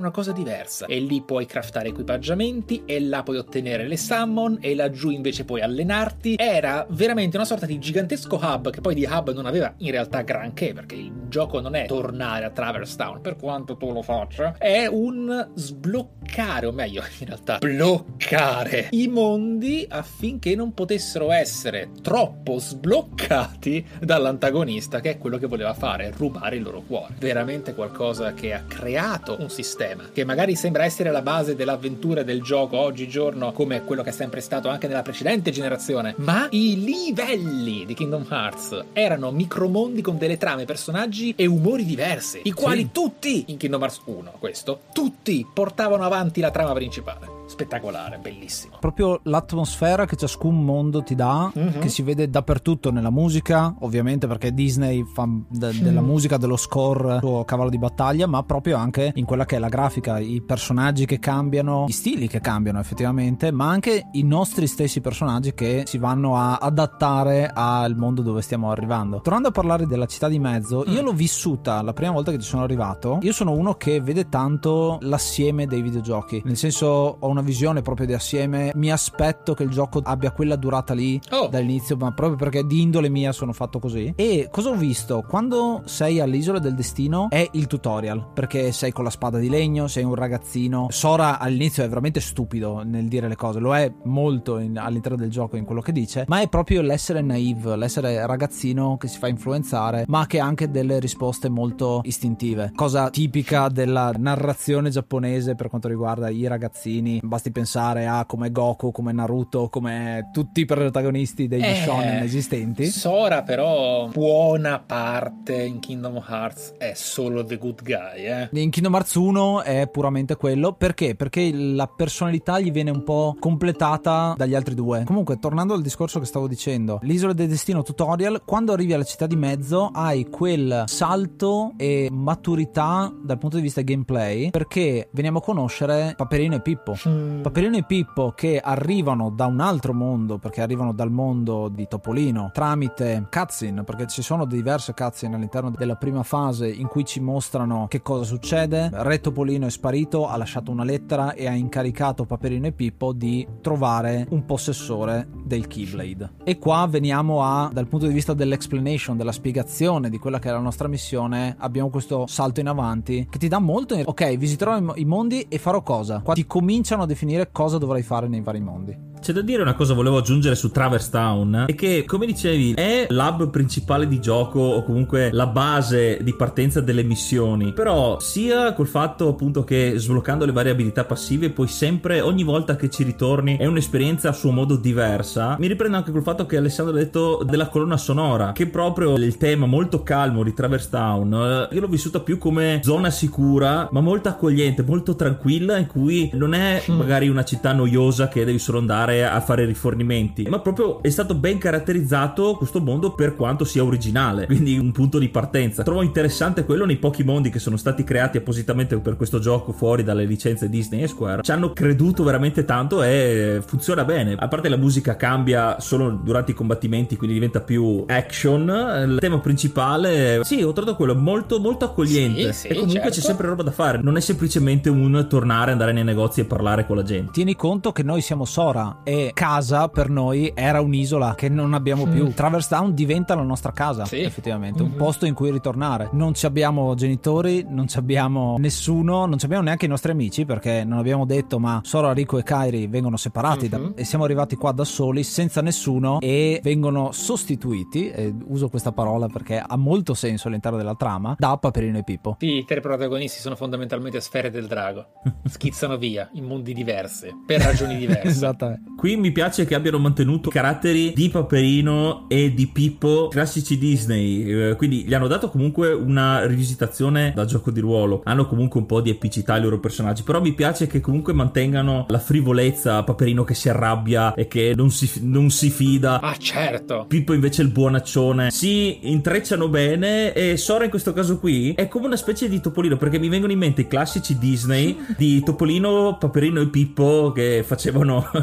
[SPEAKER 3] una cosa diversa, e lì puoi craftare equipaggiamenti, e là puoi ottenere le summon, e laggiù invece puoi allenarti. Era veramente una sorta di gigantesco hub, che poi di hub non aveva in realtà granché, perché il gioco non è tornare a Traverse Town, per quanto tu lo faccia, è un sbloccare, o meglio in realtà bloccare i mondi affinché non potessero essere troppo sbloccati dall'antagonista, che è quello che voleva fare, rubare il loro cuore. Veramente qualcosa che ha creato un sistema che magari sembra essere la base dell'avventura del gioco oggigiorno, come quello che è sempre stato anche nella precedente generazione, ma i livelli di Kingdom Hearts erano micromondi con delle trame, personaggi e umori diversi, i quali tutti in Kingdom Hearts 1, questo, tutti portavano avanti la trama principale. Spettacolare, bellissimo.
[SPEAKER 2] Proprio l'atmosfera che ciascun mondo ti dà, che si vede dappertutto nella musica, ovviamente perché Disney fa della musica, dello score, il suo cavallo di battaglia, ma proprio anche in quella che è la grafica, i personaggi che cambiano, gli stili che cambiano effettivamente, ma anche i nostri stessi personaggi che si vanno a adattare al mondo dove stiamo arrivando. Tornando a parlare della città di mezzo, io l'ho vissuta la prima volta che ci sono arrivato. Io sono uno che vede tanto l'assieme dei videogiochi, nel senso ho una visione proprio di assieme, mi aspetto che il gioco abbia quella durata lì dall'inizio, ma proprio perché di indole mia sono fatto così. E cosa ho visto? Quando sei all'isola del destino è il tutorial, perché sei con la spada di legno, sei un ragazzino. Sora all'inizio è veramente stupido nel dire le cose, lo è molto all'interno del gioco in quello che dice, ma è proprio l'essere naive, l'essere ragazzino che si fa influenzare, ma che ha anche delle risposte molto istintive, cosa tipica della narrazione giapponese per quanto riguarda i ragazzini. Basti pensare a come Goku, come Naruto, come tutti i protagonisti degli shonen esistenti.
[SPEAKER 3] Sora però buona parte in Kingdom Hearts è solo the good guy,
[SPEAKER 2] In Kingdom Hearts 1 è puramente quello. Perché? Perché la personalità gli viene un po' completata dagli altri due. Comunque, tornando al discorso che stavo dicendo, l'isola del destino tutorial, quando arrivi alla città di mezzo hai quel salto e maturità dal punto di vista gameplay, perché veniamo a conoscere Paperino e Pippo. Paperino e Pippo che arrivano da un altro mondo, perché arrivano dal mondo di Topolino tramite cutscene, perché ci sono diverse cutscene all'interno della prima fase in cui ci mostrano che cosa succede. Re Topolino è sparito, ha lasciato una lettera e ha incaricato Paperino e Pippo di trovare un possessore del Keyblade. E qua veniamo dal punto di vista dell'explanation, della spiegazione di quella che è la nostra missione, abbiamo questo salto in avanti che ti dà molto. Ok, visiterò i mondi e farò cosa? Qua ti cominciano a definire cosa dovrai fare nei vari mondi.
[SPEAKER 1] C'è da dire una cosa, volevo aggiungere su Traverse Town, è che, come dicevi, è l'hub principale di gioco, o comunque la base di partenza delle missioni, però sia col fatto appunto che sbloccando le varie abilità passive poi sempre, ogni volta che ci ritorni, è un'esperienza a suo modo diversa. Mi riprendo anche col fatto che Alessandro ha detto della colonna sonora, che proprio il tema molto calmo di Traverse Town, io l'ho vissuta più come zona sicura, ma molto accogliente, molto tranquilla, in cui non è magari una città noiosa che devi solo andare a fare rifornimenti, ma proprio è stato ben caratterizzato questo mondo per quanto sia originale, quindi un punto di partenza. Trovo interessante quello, nei pochi mondi che sono stati creati appositamente per questo gioco fuori dalle licenze Disney e Square ci hanno creduto veramente tanto e funziona bene. A parte la musica cambia solo durante i combattimenti, quindi diventa più action. Il tema principale, sì, ho trovato quello molto molto accogliente, e comunque c'è sempre roba da fare, non è semplicemente un tornare, andare nei negozi e parlare con la gente.
[SPEAKER 2] Tieni conto che noi siamo Sora e casa per noi era un'isola che non abbiamo più. Traverse Town diventa la nostra casa, effettivamente, un posto in cui ritornare. Non ci abbiamo genitori, non ci abbiamo nessuno, non ci abbiamo neanche i nostri amici, perché non abbiamo detto, ma Sora, Rico e Kairi vengono separati e siamo arrivati qua da soli, senza nessuno, e vengono sostituiti, e uso questa parola perché ha molto senso all'interno della trama, da Paperino e Pippo.
[SPEAKER 3] I tre protagonisti sono fondamentalmente sfere del drago, schizzano via in mondi diversi per ragioni diverse.
[SPEAKER 2] Esattamente.
[SPEAKER 1] Qui mi piace che abbiano mantenuto caratteri di Paperino e di Pippo classici Disney, quindi gli hanno dato comunque una rivisitazione da gioco di ruolo, hanno comunque un po' di epicità ai loro personaggi, però mi piace che comunque mantengano la frivolezza, Paperino che si arrabbia e che non si fida,
[SPEAKER 3] certo,
[SPEAKER 1] Pippo invece il buonaccione, si intrecciano bene, e Sora in questo caso qui è come una specie di Topolino, perché mi vengono in mente i classici Disney di Topolino, Paperino e Pippo che facevano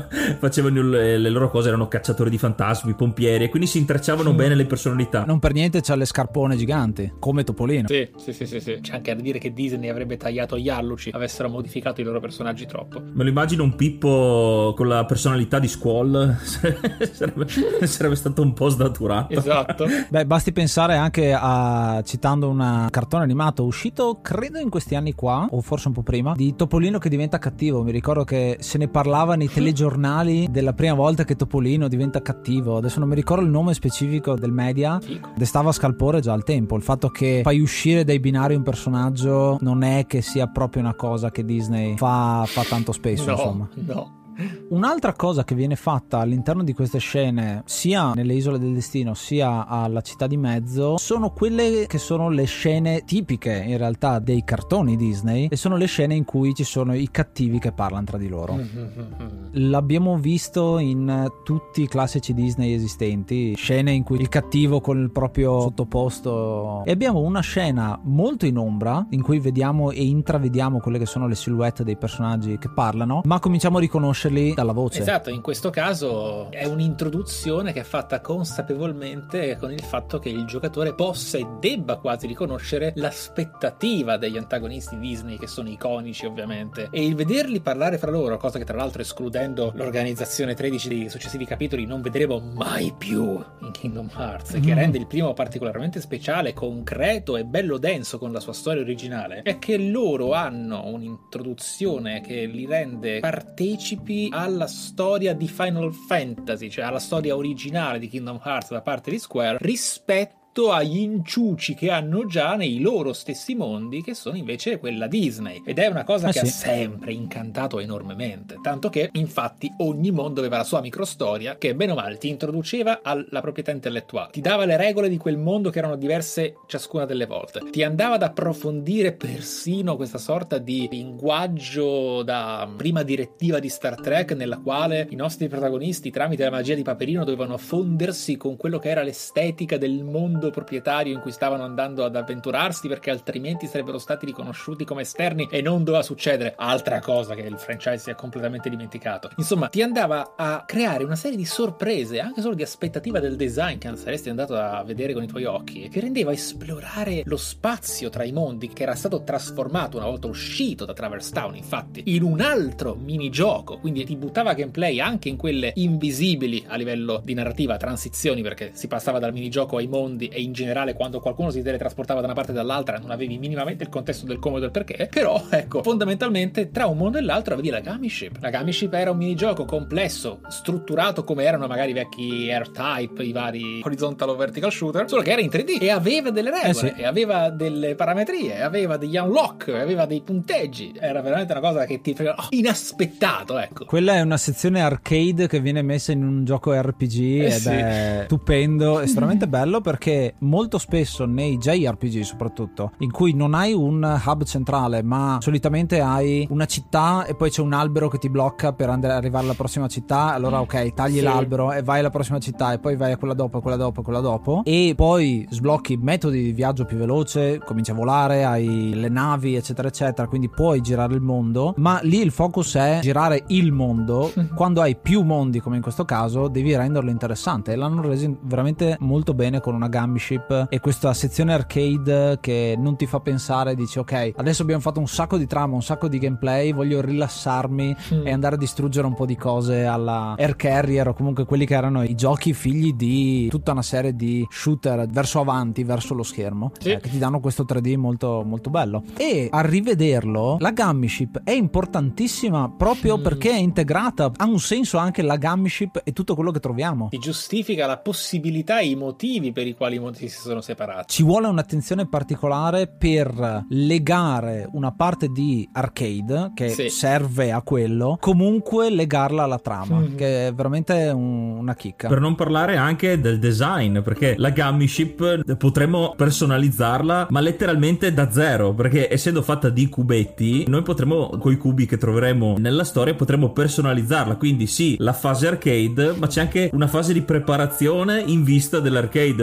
[SPEAKER 1] facevano le loro cose, erano cacciatori di fantasmi, pompieri, e quindi si intrecciavano bene le personalità.
[SPEAKER 2] Non per niente c'ha le scarpone giganti, come Topolino.
[SPEAKER 3] Sì. C'è anche da dire che Disney avrebbe tagliato gli alluci, avessero modificato i loro personaggi troppo.
[SPEAKER 1] Me lo immagino un Pippo con la personalità di Squall, sarebbe stato un po' snaturato.
[SPEAKER 3] Esatto.
[SPEAKER 2] Beh, basti pensare anche a, citando un cartone animato uscito credo in questi anni qua, o forse un po' prima, di Topolino che diventa cattivo. Mi ricordo che se ne parlava nei telegiornali della prima volta che Topolino diventa cattivo. Adesso non mi ricordo il nome specifico del media. Destava scalpore già al tempo. Il fatto che fai uscire dai binari un personaggio non è che sia proprio una cosa che Disney fa tanto spesso, insomma.
[SPEAKER 3] No.
[SPEAKER 2] Un'altra cosa che viene fatta all'interno di queste scene, sia nelle Isole del Destino sia alla Città di Mezzo, sono quelle che sono le scene tipiche in realtà dei cartoni Disney, e sono le scene in cui ci sono i cattivi che parlano tra di loro. L'abbiamo visto in tutti i classici Disney esistenti, scene in cui il cattivo con il proprio sottoposto, e abbiamo una scena molto in ombra in cui vediamo e intravediamo quelle che sono le silhouette dei personaggi che parlano, ma cominciamo a riconoscerli dalla voce.
[SPEAKER 3] Esatto, in questo caso è un'introduzione che è fatta consapevolmente con il fatto che il giocatore possa e debba quasi riconoscere l'aspettativa degli antagonisti Disney, che sono iconici ovviamente, e il vederli parlare fra loro, cosa che tra l'altro, escludendo l'organizzazione 13 dei successivi capitoli, non vedremo mai più in Kingdom Hearts, che rende il primo particolarmente speciale, concreto e bello denso con la sua storia originale, è che loro hanno un'introduzione che li rende partecipi alla storia di Final Fantasy, cioè alla storia originale di Kingdom Hearts da parte di Square, rispetto agli inciuci che hanno già nei loro stessi mondi, che sono invece quella Disney, ed è una cosa che ha sempre incantato enormemente, tanto che infatti ogni mondo aveva la sua microstoria che bene o male ti introduceva alla proprietà intellettuale, ti dava le regole di quel mondo che erano diverse ciascuna delle volte, ti andava ad approfondire persino questa sorta di linguaggio da prima direttiva di Star Trek, nella quale i nostri protagonisti tramite la magia di Paperino dovevano fondersi con quello che era l'estetica del mondo proprietario in cui stavano andando ad avventurarsi, perché altrimenti sarebbero stati riconosciuti come esterni e non doveva succedere. Altra cosa che il franchise si è completamente dimenticato. Insomma, ti andava a creare una serie di sorprese, anche solo di aspettativa del design che saresti andato a vedere con i tuoi occhi, e che rendeva esplorare lo spazio tra i mondi, che era stato trasformato una volta uscito da Traverse Town, infatti, in un altro minigioco, quindi ti buttava gameplay anche in quelle invisibili a livello di narrativa transizioni, perché si passava dal minigioco ai mondi, e in generale quando qualcuno si teletrasportava da una parte e dall'altra non avevi minimamente il contesto del come e del perché. Però ecco, fondamentalmente tra un mondo e l'altro avevi la Gummy Ship. La Gummy Ship era un minigioco complesso, strutturato come erano magari i vecchi R-Type, i vari horizontal o vertical shooter, solo che era in 3D e aveva delle regole, e aveva delle parametrie, aveva degli unlock, aveva dei punteggi. Era veramente una cosa che ti inaspettato, ecco.
[SPEAKER 2] Quella è una sezione arcade che viene messa in un gioco RPG ed è stupendo, estremamente bello, perché molto spesso nei JRPG soprattutto, in cui non hai un hub centrale ma solitamente hai una città e poi c'è un albero che ti blocca per arrivare alla prossima città, allora ok, tagli l'albero e vai alla prossima città e poi vai a quella dopo, quella dopo, quella dopo, e poi sblocchi metodi di viaggio più veloce, cominci a volare, hai le navi eccetera eccetera, quindi puoi girare il mondo, ma lì il focus è girare il mondo. Quando hai più mondi come in questo caso devi renderlo interessante, e l'hanno reso veramente molto bene con una Gummy Ship e questa sezione arcade che non ti fa pensare, dici ok, adesso abbiamo fatto un sacco di trama, un sacco di gameplay, voglio rilassarmi e andare a distruggere un po' di cose alla Air Carrier, o comunque quelli che erano i giochi figli di tutta una serie di shooter verso avanti, verso lo schermo, che ti danno questo 3D molto molto bello. E a rivederlo, la Gummy Ship è importantissima proprio perché è integrata, ha un senso anche la Gummy Ship e tutto quello che troviamo,
[SPEAKER 3] ti giustifica la possibilità e i motivi per i quali i mondi si sono separati.
[SPEAKER 2] Ci vuole un'attenzione particolare per legare una parte di arcade che serve a quello, comunque legarla alla trama, che è veramente una chicca.
[SPEAKER 1] Per non parlare anche del design, perché la Gummy Ship potremmo personalizzarla ma letteralmente da zero, perché essendo fatta di cubetti noi potremmo, coi cubi che troveremo nella storia, potremmo personalizzarla, quindi sì, la fase arcade, ma c'è anche una fase di preparazione in vista dell'arcade per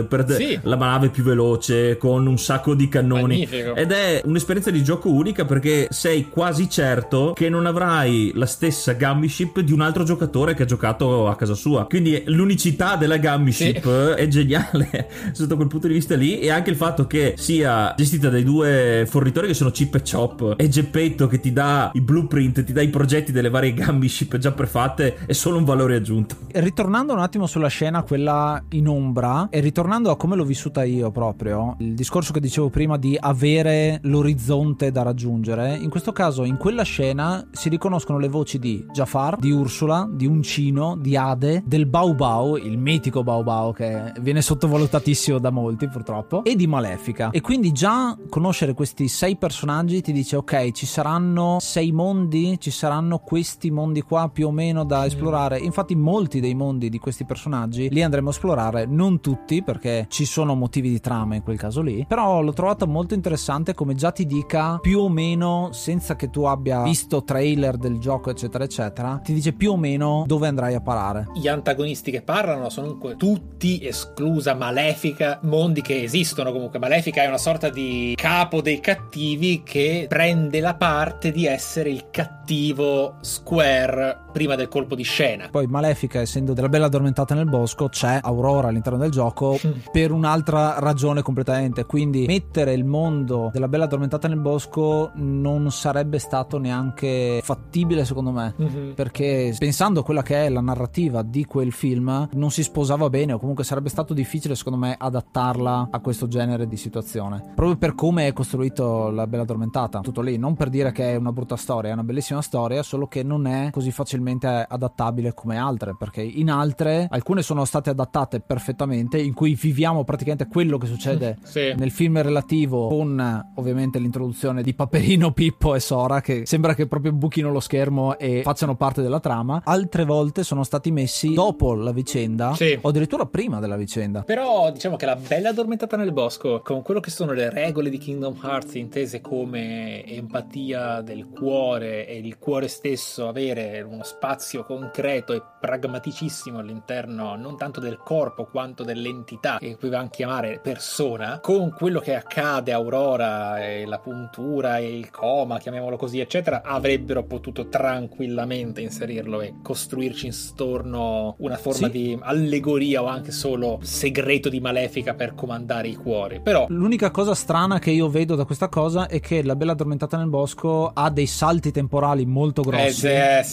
[SPEAKER 3] Sì.
[SPEAKER 1] la nave più veloce con un sacco di cannoni.
[SPEAKER 3] Magnifico.
[SPEAKER 1] Ed è un'esperienza di gioco unica perché sei quasi certo che non avrai la stessa Gummy Ship di un altro giocatore che ha giocato a casa sua. Quindi l'unicità della Gummy Ship è geniale sotto quel punto di vista lì, e anche il fatto che sia gestita dai due fornitori che sono Chip e Chop, e Geppetto che ti dà i blueprint, ti dà i progetti delle varie Gummy Ship già prefatte, è solo un valore aggiunto.
[SPEAKER 2] Ritornando un attimo sulla scena, quella in ombra, e ritornando a come l'ho vissuta io proprio, il discorso che dicevo prima di avere l'orizzonte da raggiungere, in questo caso in quella scena si riconoscono le voci di Jafar, di Ursula, di Uncino, di Ade, del Bao Bao, il mitico Bao Bao che viene sottovalutatissimo da molti purtroppo, e di Malefica. E quindi già conoscere questi 6 personaggi ti dice ok, ci saranno 6 mondi, ci saranno questi mondi qua più o meno da esplorare. Infatti molti dei mondi di questi personaggi li andremo a esplorare, non tutti perché ci sono motivi di trama in quel caso lì, però l'ho trovato molto interessante come già ti dica più o meno, senza che tu abbia visto trailer del gioco eccetera eccetera, ti dice più o meno dove andrai a parare.
[SPEAKER 3] Gli antagonisti che parlano sono comunque tutti, esclusa Malefica, mondi che esistono comunque. Malefica è una sorta di capo dei cattivi che prende la parte di essere il cattivo Square prima del colpo di scena.
[SPEAKER 2] Poi Malefica, essendo della Bella Addormentata nel bosco, c'è Aurora all'interno del gioco per un'altra ragione completamente, quindi mettere il mondo della Bella Addormentata nel bosco non sarebbe stato neanche fattibile secondo me, perché pensando a quella che è la narrativa di quel film non si sposava bene, o comunque sarebbe stato difficile secondo me adattarla a questo genere di situazione, proprio per come è costruito la Bella Addormentata. Tutto lì, non per dire che è una brutta storia, è una bellissima storia, solo che non è così facilmente adattabile come altre, perché in altre alcune sono state adattate perfettamente, in cui viviamo praticamente quello che succede nel film relativo, con ovviamente l'introduzione di Paperino, Pippo e Sora che sembra che proprio buchino lo schermo e facciano parte della trama. Altre volte sono stati messi dopo la vicenda o addirittura prima della vicenda.
[SPEAKER 3] Però diciamo che la Bella Addormentata nel bosco, con quello che sono le regole di Kingdom Hearts intese come empatia del cuore e il cuore stesso avere uno spazio concreto e pragmaticissimo all'interno non tanto del corpo quanto dell'entità che potevamo chiamare persona, con quello che accade a Aurora e la puntura e il coma, chiamiamolo così eccetera, avrebbero potuto tranquillamente inserirlo e costruirci intorno una forma di allegoria o anche solo segreto di Malefica per comandare i cuori. Però
[SPEAKER 2] l'unica cosa strana che io vedo da questa cosa è che la Bella Addormentata nel bosco ha dei salti temporali molto grossi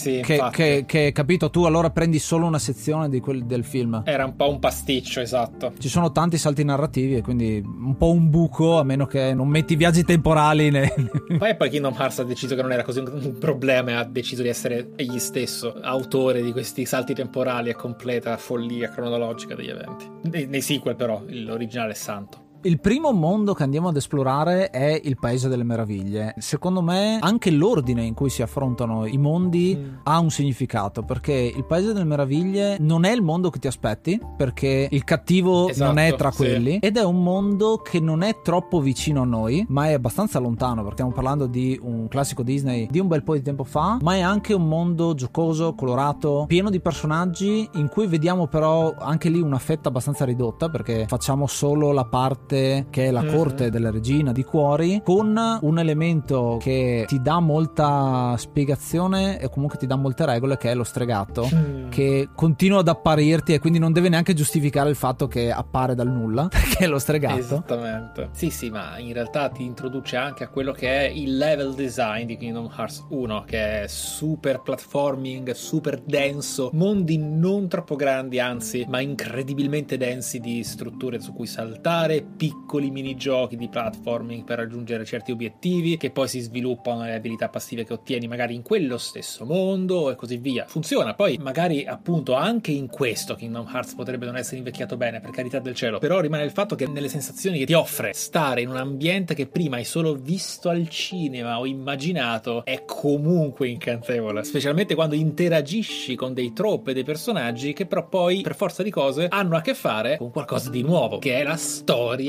[SPEAKER 2] che capito, tu allora prendi solo una sezione di del film.
[SPEAKER 3] Era un po' un pasticcio, esatto.
[SPEAKER 2] Ci sono tanti salti narrativi e quindi un po' un buco, a meno che non metti viaggi temporali
[SPEAKER 3] poi Kingdom Hearts ha deciso che non era così un problema e ha deciso di essere egli stesso autore di questi salti temporali e completa follia cronologica degli eventi. Nei sequel però l'originale è santo.
[SPEAKER 2] Il primo mondo che andiamo ad esplorare è il Paese delle Meraviglie. Secondo me anche l'ordine in cui si affrontano i mondi ha un significato, perché il Paese delle Meraviglie non è il mondo che ti aspetti, perché il cattivo non è tra quelli, ed è un mondo che non è troppo vicino a noi, ma è abbastanza lontano, perché stiamo parlando di un classico Disney di un bel po' di tempo fa, ma è anche un mondo giocoso, colorato, pieno di personaggi, in cui vediamo però anche lì una fetta abbastanza ridotta, perché facciamo solo la parte che è la corte della regina di cuori, con un elemento che ti dà molta spiegazione e comunque ti dà molte regole, che è lo stregato, che continua ad apparirti e quindi non deve neanche giustificare il fatto che appare dal nulla, perché è lo stregato.
[SPEAKER 3] Esattamente. Sì, ma in realtà ti introduce anche a quello che è il level design di Kingdom Hearts 1, che è super platforming, super denso, mondi non troppo grandi, anzi, ma incredibilmente densi di strutture su cui saltare, piccoli minigiochi di platforming per raggiungere certi obiettivi che poi si sviluppano le abilità passive che ottieni magari in quello stesso mondo e così via. Funziona. Poi magari appunto anche in questo Kingdom Hearts potrebbe non essere invecchiato bene, per carità del cielo, però rimane il fatto che nelle sensazioni che ti offre stare in un ambiente che prima hai solo visto al cinema o immaginato è comunque incantevole, specialmente quando interagisci con dei trope e dei personaggi che però poi per forza di cose hanno a che fare con qualcosa di nuovo, che è la storia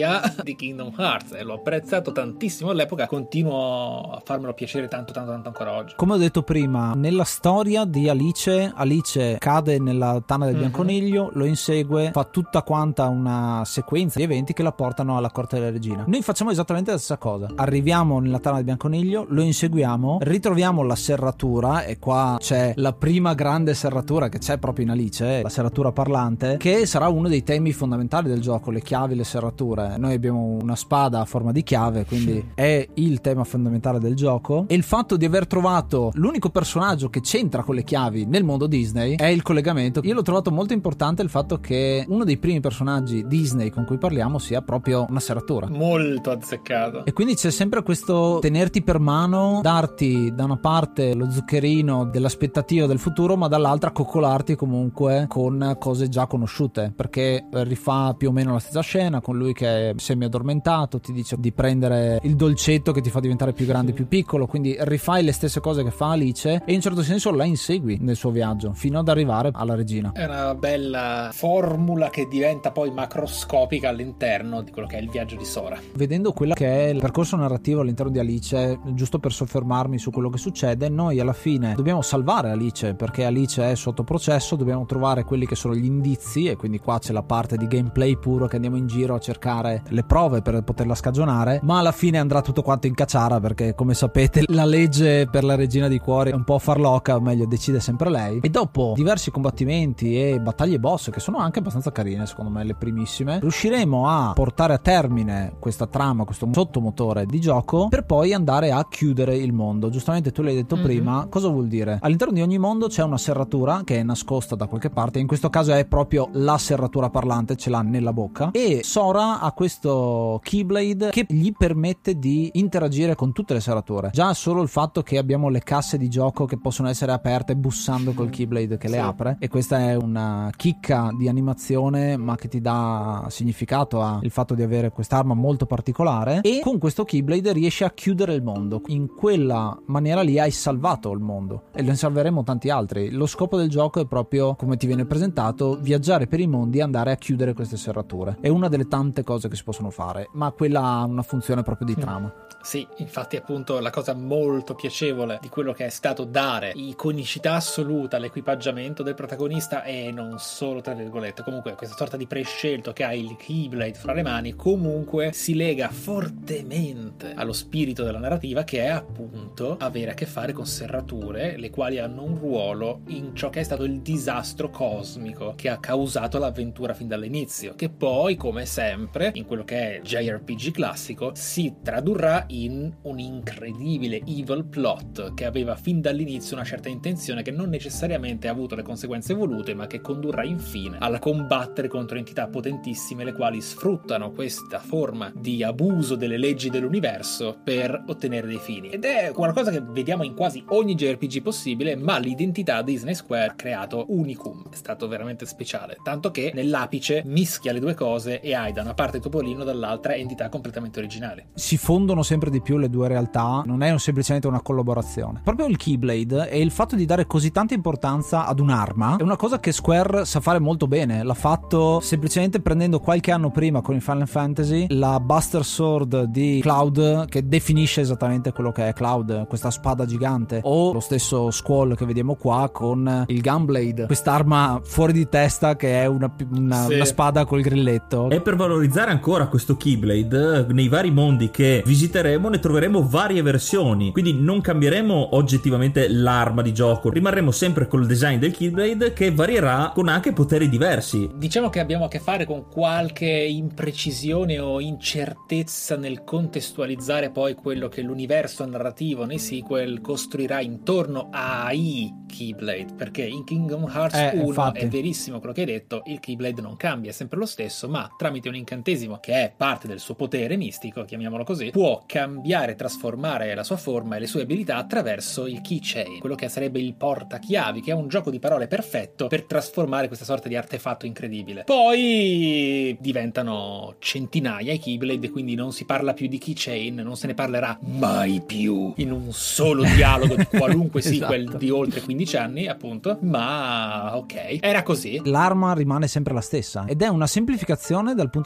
[SPEAKER 3] storia di Kingdom Hearts e l'ho apprezzato tantissimo all'epoca, continuo a farmelo piacere tanto ancora oggi.
[SPEAKER 2] Come ho detto prima, nella storia di Alice cade nella tana del bianconiglio, lo insegue, fa tutta quanta una sequenza di eventi che la portano alla corte della regina. Noi facciamo esattamente la stessa cosa, arriviamo nella tana del bianconiglio, lo inseguiamo, ritroviamo la serratura, e qua c'è la prima grande serratura che c'è proprio in Alice, la serratura parlante, che sarà uno dei temi fondamentali del gioco, le chiavi, le serrature. Noi abbiamo una spada a forma di chiave, quindi è il tema fondamentale del gioco, e il fatto di aver trovato l'unico personaggio che c'entra con le chiavi nel mondo Disney è il collegamento. Io l'ho trovato molto importante il fatto che uno dei primi personaggi Disney con cui parliamo sia proprio una serratura.
[SPEAKER 3] Molto azzeccato.
[SPEAKER 2] E quindi c'è sempre questo tenerti per mano, darti da una parte lo zuccherino dell'aspettativa del futuro, ma dall'altra coccolarti comunque con cose già conosciute, perché rifà più o meno la stessa scena con lui che è semi addormentato, ti dice di prendere il dolcetto che ti fa diventare più grande e più piccolo, quindi rifai le stesse cose che fa Alice e in un certo senso la insegui nel suo viaggio fino ad arrivare alla regina.
[SPEAKER 3] È una bella formula che diventa poi macroscopica all'interno di quello che è il viaggio di Sora.
[SPEAKER 2] Vedendo quella che è il percorso narrativo all'interno di Alice, giusto per soffermarmi su quello che succede, noi alla fine dobbiamo salvare Alice perché Alice è sotto processo, dobbiamo trovare quelli che sono gli indizi, e quindi qua c'è la parte di gameplay puro che andiamo in giro a cercare le prove per poterla scagionare, ma alla fine andrà tutto quanto in cacciara perché, come sapete, la legge per la regina di cuori è un po' farlocca, o meglio decide sempre lei, e dopo diversi combattimenti e battaglie boss che sono anche abbastanza carine, secondo me le primissime, riusciremo a portare a termine questa trama, questo sottomotore di gioco, per poi andare a chiudere il mondo. Giustamente tu l'hai detto prima, cosa vuol dire? All'interno di ogni mondo c'è una serratura che è nascosta da qualche parte, in questo caso è proprio la serratura parlante, ce l'ha nella bocca, e Sora ha questo Keyblade che gli permette di interagire con tutte le serrature. Già solo il fatto che abbiamo le casse di gioco che possono essere aperte bussando col Keyblade che le apre, e questa è una chicca di animazione ma che ti dà significato al fatto di avere quest'arma molto particolare, e con questo Keyblade riesci a chiudere il mondo. In quella maniera lì hai salvato il mondo e ne salveremo tanti altri. Lo scopo del gioco è proprio, come ti viene presentato, viaggiare per i mondi e andare a chiudere queste serrature. È una delle tante cose che si possono fare, ma quella ha una funzione proprio di trama.
[SPEAKER 3] Sì, infatti appunto la cosa molto piacevole di quello che è stato dare iconicità assoluta all'equipaggiamento del protagonista, e non solo tra virgolette, comunque questa sorta di prescelto che ha il Keyblade fra le mani comunque si lega fortemente allo spirito della narrativa, che è appunto avere a che fare con serrature le quali hanno un ruolo in ciò che è stato il disastro cosmico che ha causato l'avventura fin dall'inizio, che poi, come sempre in quello che è JRPG classico, si tradurrà in un incredibile evil plot che aveva fin dall'inizio una certa intenzione, che non necessariamente ha avuto le conseguenze volute, ma che condurrà infine alla combattere contro entità potentissime le quali sfruttano questa forma di abuso delle leggi dell'universo per ottenere dei fini. Ed è qualcosa che vediamo in quasi ogni JRPG possibile, ma l'identità Disney Square ha creato unicum, è stato veramente speciale, tanto che nell'apice mischia le due cose e hai da una parte Topolino, dall'altra entità completamente originali.
[SPEAKER 2] Si fondono sempre di più le due realtà, non è semplicemente una collaborazione. Proprio il Keyblade e il fatto di dare così tanta importanza ad un'arma è una cosa che Square sa fare molto bene. L'ha fatto semplicemente prendendo qualche anno prima con il Final Fantasy la Buster Sword di Cloud, che definisce esattamente quello che è Cloud, questa spada gigante, o lo stesso Squall che vediamo qua con il Gunblade, quest'arma fuori di testa che è una spada col grilletto.
[SPEAKER 1] E per valorizzare ancora questo Keyblade, nei vari mondi che visiteremo ne troveremo varie versioni, quindi non cambieremo oggettivamente l'arma di gioco, rimarremo sempre col design del Keyblade che varierà con anche poteri diversi.
[SPEAKER 3] Diciamo che abbiamo a che fare con qualche imprecisione o incertezza nel contestualizzare poi quello che l'universo narrativo nei sequel costruirà intorno ai Keyblade, perché in Kingdom Hearts 1
[SPEAKER 2] infatti.
[SPEAKER 3] È verissimo quello che hai detto, il Keyblade non cambia, è sempre lo stesso, ma tramite un incantesimo che è parte del suo potere mistico, chiamiamolo così, può cambiare, trasformare la sua forma e le sue abilità attraverso il keychain, quello che sarebbe il portachiavi, che è un gioco di parole perfetto per trasformare questa sorta di artefatto incredibile. Poi diventano centinaia i Keyblade, quindi non si parla più di keychain, non se ne parlerà mai più in un solo dialogo di qualunque sequel
[SPEAKER 2] Esatto.
[SPEAKER 3] di oltre 15 anni, appunto, ma ok, era così.
[SPEAKER 2] L'arma rimane sempre la stessa ed è una semplificazione dal punto di vista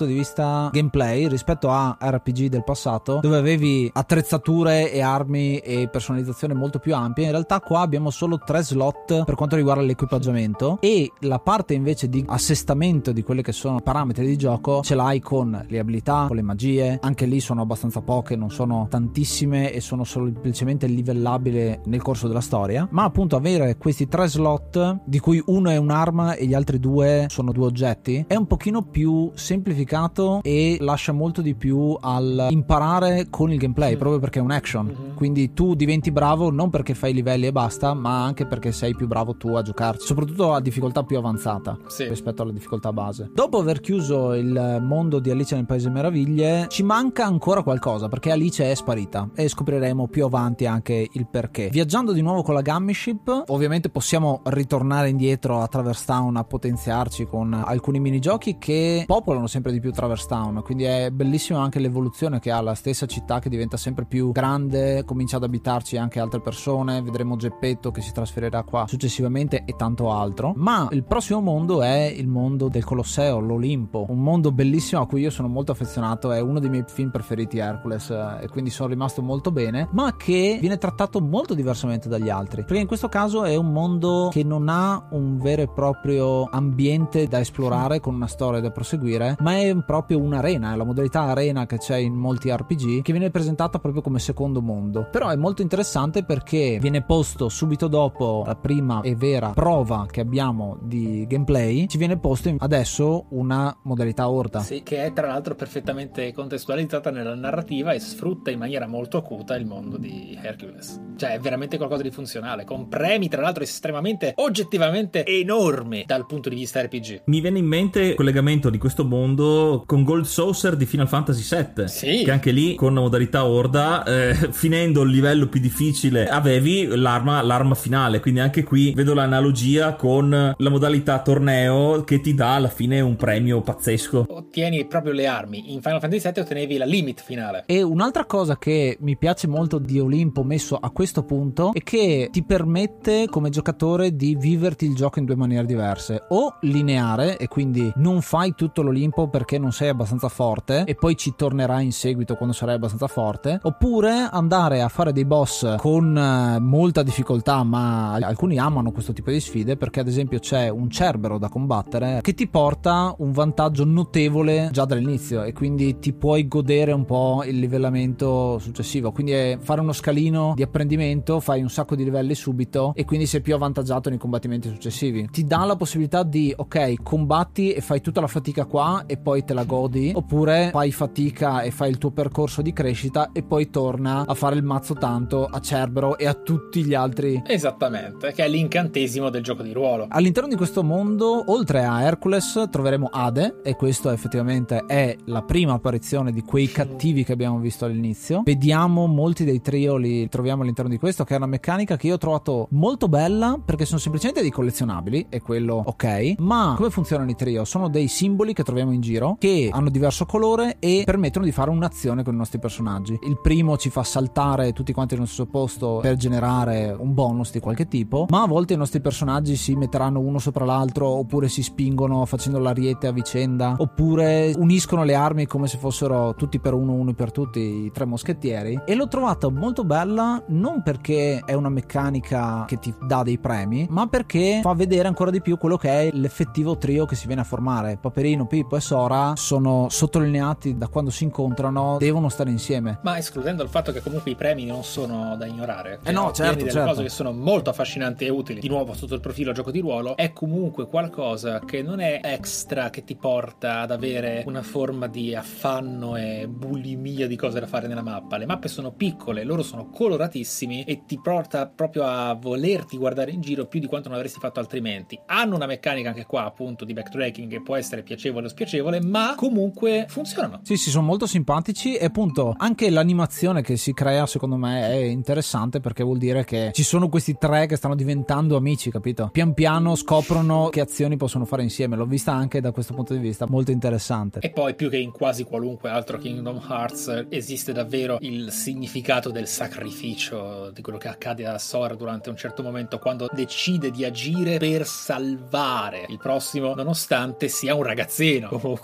[SPEAKER 2] differenza gameplay rispetto a RPG del passato, dove avevi attrezzature e armi e personalizzazione molto più ampia. In realtà qua abbiamo solo 3 slot per quanto riguarda l'equipaggiamento, e la parte invece di assestamento di quelle che sono parametri di gioco ce l'hai con le abilità, con le magie. Anche lì sono abbastanza poche, non sono tantissime e sono semplicemente livellabili nel corso della storia, ma appunto avere questi 3 slot, di cui uno è un'arma e gli altri 2 sono 2 oggetti, è un pochino più semplificato e lascia molto di più al imparare con il gameplay, proprio perché è un action. Quindi tu diventi bravo non perché fai i livelli e basta, ma anche perché sei più bravo tu a giocarci, soprattutto a difficoltà più avanzata rispetto alla difficoltà base. Dopo aver chiuso il mondo di Alice nel Paese Meraviglie, ci manca ancora qualcosa, perché Alice è sparita e scopriremo più avanti anche il perché. Viaggiando di nuovo con la Gummy Ship, ovviamente possiamo ritornare indietro a Traverse Town a potenziarci con alcuni minigiochi che popolano sempre di più Traverse Town, quindi è bellissima anche l'evoluzione che ha la stessa città, che diventa sempre più grande, comincia ad abitarci anche altre persone, vedremo Geppetto che si trasferirà qua successivamente e tanto altro. Ma il prossimo mondo è il mondo del Colosseo, l'Olimpo, un mondo bellissimo a cui io sono molto affezionato, è uno dei miei film preferiti, Hercules, e quindi sono rimasto molto bene, ma che viene trattato molto diversamente dagli altri, perché in questo caso è un mondo che non ha un vero e proprio ambiente da esplorare con una storia da proseguire, ma è proprio un'arena, è la modalità arena che c'è in molti RPG, che viene presentata proprio come secondo mondo. Però è molto interessante perché viene posto subito dopo la prima e vera prova che abbiamo di gameplay, ci viene posto adesso una modalità orda.
[SPEAKER 3] Sì, che è tra l'altro perfettamente contestualizzata nella narrativa e sfrutta in maniera molto acuta il mondo di Hercules. Cioè è veramente qualcosa di funzionale, con premi tra l'altro estremamente, oggettivamente enormi dal punto di vista RPG.
[SPEAKER 1] Mi viene in mente il collegamento di questo mondo con Gold Saucer di Final Fantasy VII,
[SPEAKER 3] sì,
[SPEAKER 1] che anche lì con la modalità orda, finendo il livello più difficile avevi l'arma finale, quindi anche qui vedo l'analogia con la modalità torneo che ti dà alla fine un premio pazzesco.
[SPEAKER 3] Ottieni proprio le armi. In Final Fantasy VII ottenevi la limit finale.
[SPEAKER 2] E un'altra cosa che mi piace molto di Olimpo messo a questo punto è che ti permette come giocatore di viverti il gioco in 2 maniere diverse: o lineare, e quindi non fai tutto l'Olimpo perché non sei abbastanza forte e poi ci tornerai in seguito quando sarai abbastanza forte, oppure andare a fare dei boss con molta difficoltà, ma alcuni amano questo tipo di sfide perché ad esempio c'è un Cerbero da combattere che ti porta un vantaggio notevole già dall'inizio e quindi ti puoi godere un po' il livellamento successivo, quindi è fare uno scalino di apprendimento, fai un sacco di livelli subito e quindi sei più avvantaggiato nei combattimenti successivi. Ti dà la possibilità di ok, combatti e fai tutta la fatica qua e poi te la godi, oppure fai fatica e fai il tuo percorso di crescita e poi torna a fare il mazzo tanto a Cerbero e a tutti gli altri.
[SPEAKER 3] Esattamente, che è l'incantesimo del gioco di ruolo.
[SPEAKER 2] All'interno di questo mondo, oltre a Hercules, troveremo Ade, e questo effettivamente è la prima apparizione di quei cattivi che abbiamo visto all'inizio. Vediamo molti dei trio, li troviamo all'interno di questo, che è una meccanica che io ho trovato molto bella perché sono semplicemente dei collezionabili, e quello ok, ma come funzionano i trio? Sono dei simboli che troviamo in giro che hanno diverso colore e permettono di fare un'azione con i nostri personaggi. Il primo ci fa saltare tutti quanti nello stesso posto per generare un bonus di qualche tipo, ma a volte i nostri personaggi si metteranno uno sopra l'altro, oppure si spingono facendo l'ariete a vicenda, oppure uniscono le armi come se fossero tutti per uno per tutti, i 3 moschettieri. E l'ho trovata molto bella non perché è una meccanica che ti dà dei premi, ma perché fa vedere ancora di più quello che è l'effettivo trio che si viene a formare. Paperino, Pippo e Sora sono sottolineati da quando si incontrano, devono stare insieme.
[SPEAKER 3] Ma escludendo il fatto che comunque i premi non sono da ignorare,
[SPEAKER 2] no, certo,
[SPEAKER 3] delle cose che sono molto affascinanti e utili, di nuovo sotto il profilo gioco di ruolo, è comunque qualcosa che non è extra, che ti porta ad avere una forma di affanno e bulimia di cose da fare nella mappa. Le mappe sono piccole, loro sono coloratissimi e ti porta proprio a volerti guardare in giro più di quanto non avresti fatto altrimenti. Hanno una meccanica anche qua appunto di backtracking che può essere piacevole o spiacevole, ma comunque funzionano.
[SPEAKER 2] Sì, sono molto simpatici, e appunto anche l'animazione che si crea secondo me è interessante, perché vuol dire che ci sono questi 3 che stanno diventando amici, capito? Pian piano scoprono che azioni possono fare insieme. L'ho vista anche da questo punto di vista, molto interessante.
[SPEAKER 3] E poi più che in quasi qualunque altro Kingdom Hearts esiste davvero il significato del sacrificio, di quello che accade a Sora durante un certo momento quando decide di agire per salvare il prossimo, nonostante sia un ragazzino. Comunque sono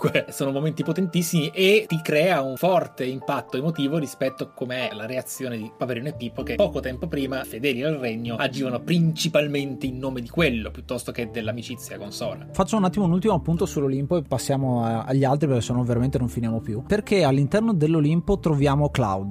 [SPEAKER 3] momenti potentissimi e ti crea un forte impatto emotivo rispetto a com'è la reazione di Paperino e Pippo, che poco tempo prima, fedeli al regno, agivano principalmente in nome di quello piuttosto che dell'amicizia con Sora.
[SPEAKER 2] Faccio un attimo un ultimo appunto sull'Olimpo e passiamo agli altri, perché sennò veramente non finiamo più. Perché all'interno dell'Olimpo troviamo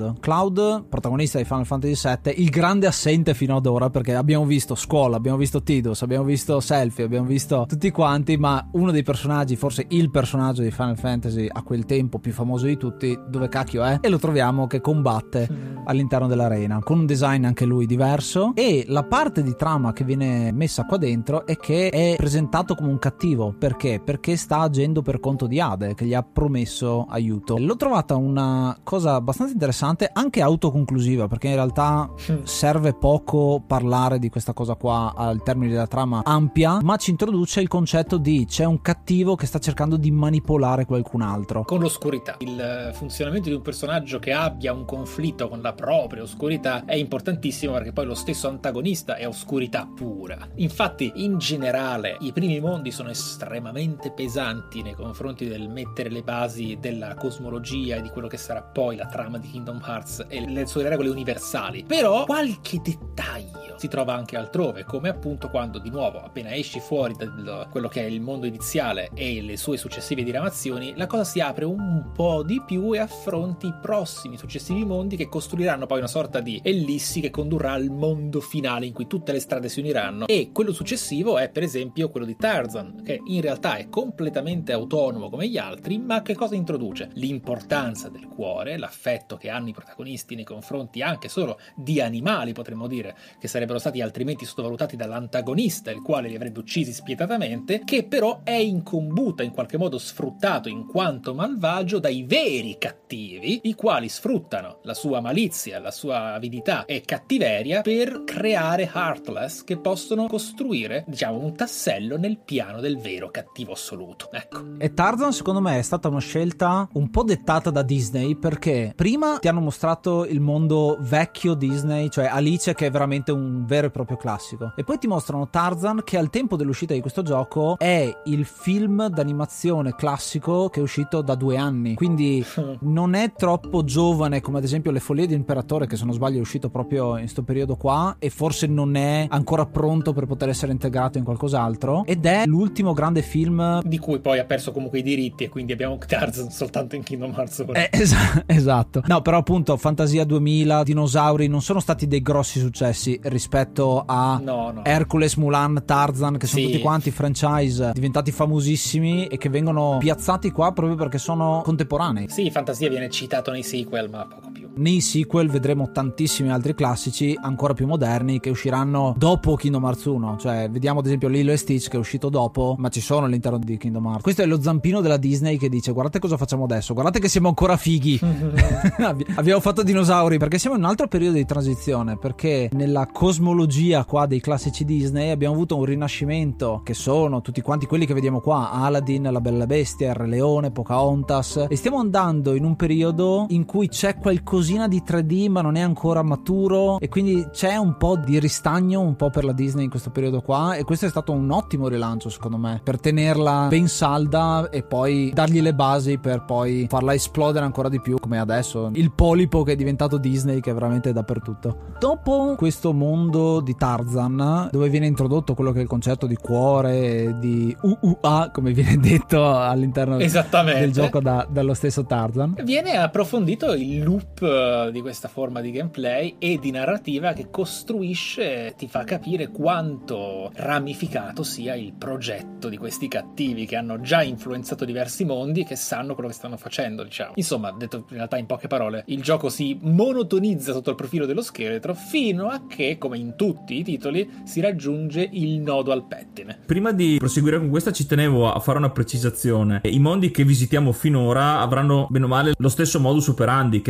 [SPEAKER 2] Cloud, protagonista di Final Fantasy VII, il grande assente fino ad ora, perché abbiamo visto Squall, abbiamo visto Tidus, abbiamo visto Selphie, abbiamo visto tutti quanti, ma uno dei personaggi, forse il personaggio di Final Fantasy a quel tempo più famoso di tutti, dove cacchio è? E lo troviamo che combatte all'interno dell'arena con un design anche lui diverso, e la parte di trama che viene messa qua dentro è che è presentato come un cattivo. Perché sta agendo per conto di Ade, che gli ha promesso aiuto. L'ho trovata una cosa abbastanza interessante, anche autoconclusiva, perché in realtà serve poco parlare di questa cosa qua al termine della trama ampia, ma ci introduce il concetto di c'è un cattivo che sta cercando di manipolare qualcun altro
[SPEAKER 3] con l'oscurità. Il funzionamento di un personaggio che abbia un conflitto con la propria oscurità è importantissimo, perché poi lo stesso antagonista è oscurità pura. Infatti, in generale, i primi mondi sono estremamente pesanti nei confronti del mettere le basi della cosmologia e di quello che sarà poi la trama di Kingdom Hearts e le sue regole universali. Però qualche dettaglio si trova anche altrove, come appunto quando, di nuovo, appena esci fuori da quello che è il mondo iniziale e le sue successive diramazioni, la cosa si apre un po' di più e affronti i prossimi successivi mondi, che costruiranno poi una sorta di ellissi che condurrà al mondo finale in cui tutte le strade si uniranno. E quello successivo è per esempio quello di Tarzan, che in realtà è completamente autonomo come gli altri, ma che cosa introduce? L'importanza del cuore, l'affetto che hanno i protagonisti nei confronti anche solo di animali, potremmo dire, che sarebbero stati altrimenti sottovalutati dall'antagonista, il quale li avrebbe uccisi spietatamente, che però è in combutta, in qualche modo sfruttato in quanto malvagio dai veri cattivi, i quali sfruttano la sua malizia, la sua avidità e cattiveria per creare Heartless, che possono costruire, diciamo, un tassello nel piano del vero cattivo assoluto. Ecco.
[SPEAKER 2] E Tarzan secondo me è stata una scelta un po' dettata da Disney, perché prima ti hanno mostrato il mondo vecchio Disney, cioè Alice, che è veramente un vero e proprio classico, e poi ti mostrano Tarzan, che al tempo dell'uscita di questo gioco è il film d'animazione classico che è uscito da 2 anni, quindi non è troppo giovane come ad esempio Le Follie di Imperatore, che se non sbaglio è uscito proprio in sto periodo qua, e forse non è ancora pronto per poter essere integrato in qualcos'altro, ed è l'ultimo grande film
[SPEAKER 3] di cui poi ha perso comunque i diritti, e quindi abbiamo Tarzan soltanto in Kingdom Hearts.
[SPEAKER 2] Esatto. No, però appunto Fantasia 2000, Dinosauri non sono stati dei grossi successi rispetto a Hercules, Mulan, Tarzan, che sono tutti quanti franchise diventati famosissimi e che vengono piazzati qua proprio perché sono contemporanei.
[SPEAKER 3] Sì, Fantasia viene citato nei sequel, ma poco più.
[SPEAKER 2] Nei sequel vedremo tantissimi altri classici ancora più moderni che usciranno dopo Kingdom Hearts 1, cioè vediamo ad esempio Lilo e Stitch che è uscito dopo, ma ci sono all'interno di Kingdom Hearts. Questo è lo zampino della Disney che dice: guardate cosa facciamo adesso, guardate che siamo ancora fighi. Abbiamo fatto dinosauri, perché siamo in un altro periodo di transizione, perché nella cosmologia qua dei classici Disney abbiamo avuto un rinascimento, che sono tutti quanti quelli che vediamo qua: Aladdin, La Bella Bestia, Il Re Leone, Pocahontas, e stiamo andando in un periodo in cui c'è qualcosina di 3D ma non è ancora maturo, e quindi c'è un po' di ristagno un po' per la Disney in questo periodo qua, e questo è stato un ottimo rilancio secondo me per tenerla ben salda e poi dargli le basi per poi farla esplodere ancora di più, come adesso il polipo che è diventato Disney, che è veramente dappertutto. Dopo questo mondo di Tarzan, dove viene introdotto quello che è il concetto di cuore, di UUA come viene detto all'interno del gioco dallo stesso Tarzan,
[SPEAKER 3] viene approfondito il loop di questa forma di gameplay e di narrativa che costruisce, ti fa capire quanto ramificato sia il progetto di questi cattivi che hanno già influenzato diversi mondi, che sanno quello che stanno facendo, diciamo. Insomma, detto in realtà in poche parole, il gioco si monotonizza sotto il profilo dello scheletro fino a che, come in tutti i titoli, si raggiunge il nodo al pettine.
[SPEAKER 1] Prima di proseguire con questa ci tenevo a fare una precisazione. I mondi che visitiamo finora avranno bene o male lo stesso modus operandi, che appunto ci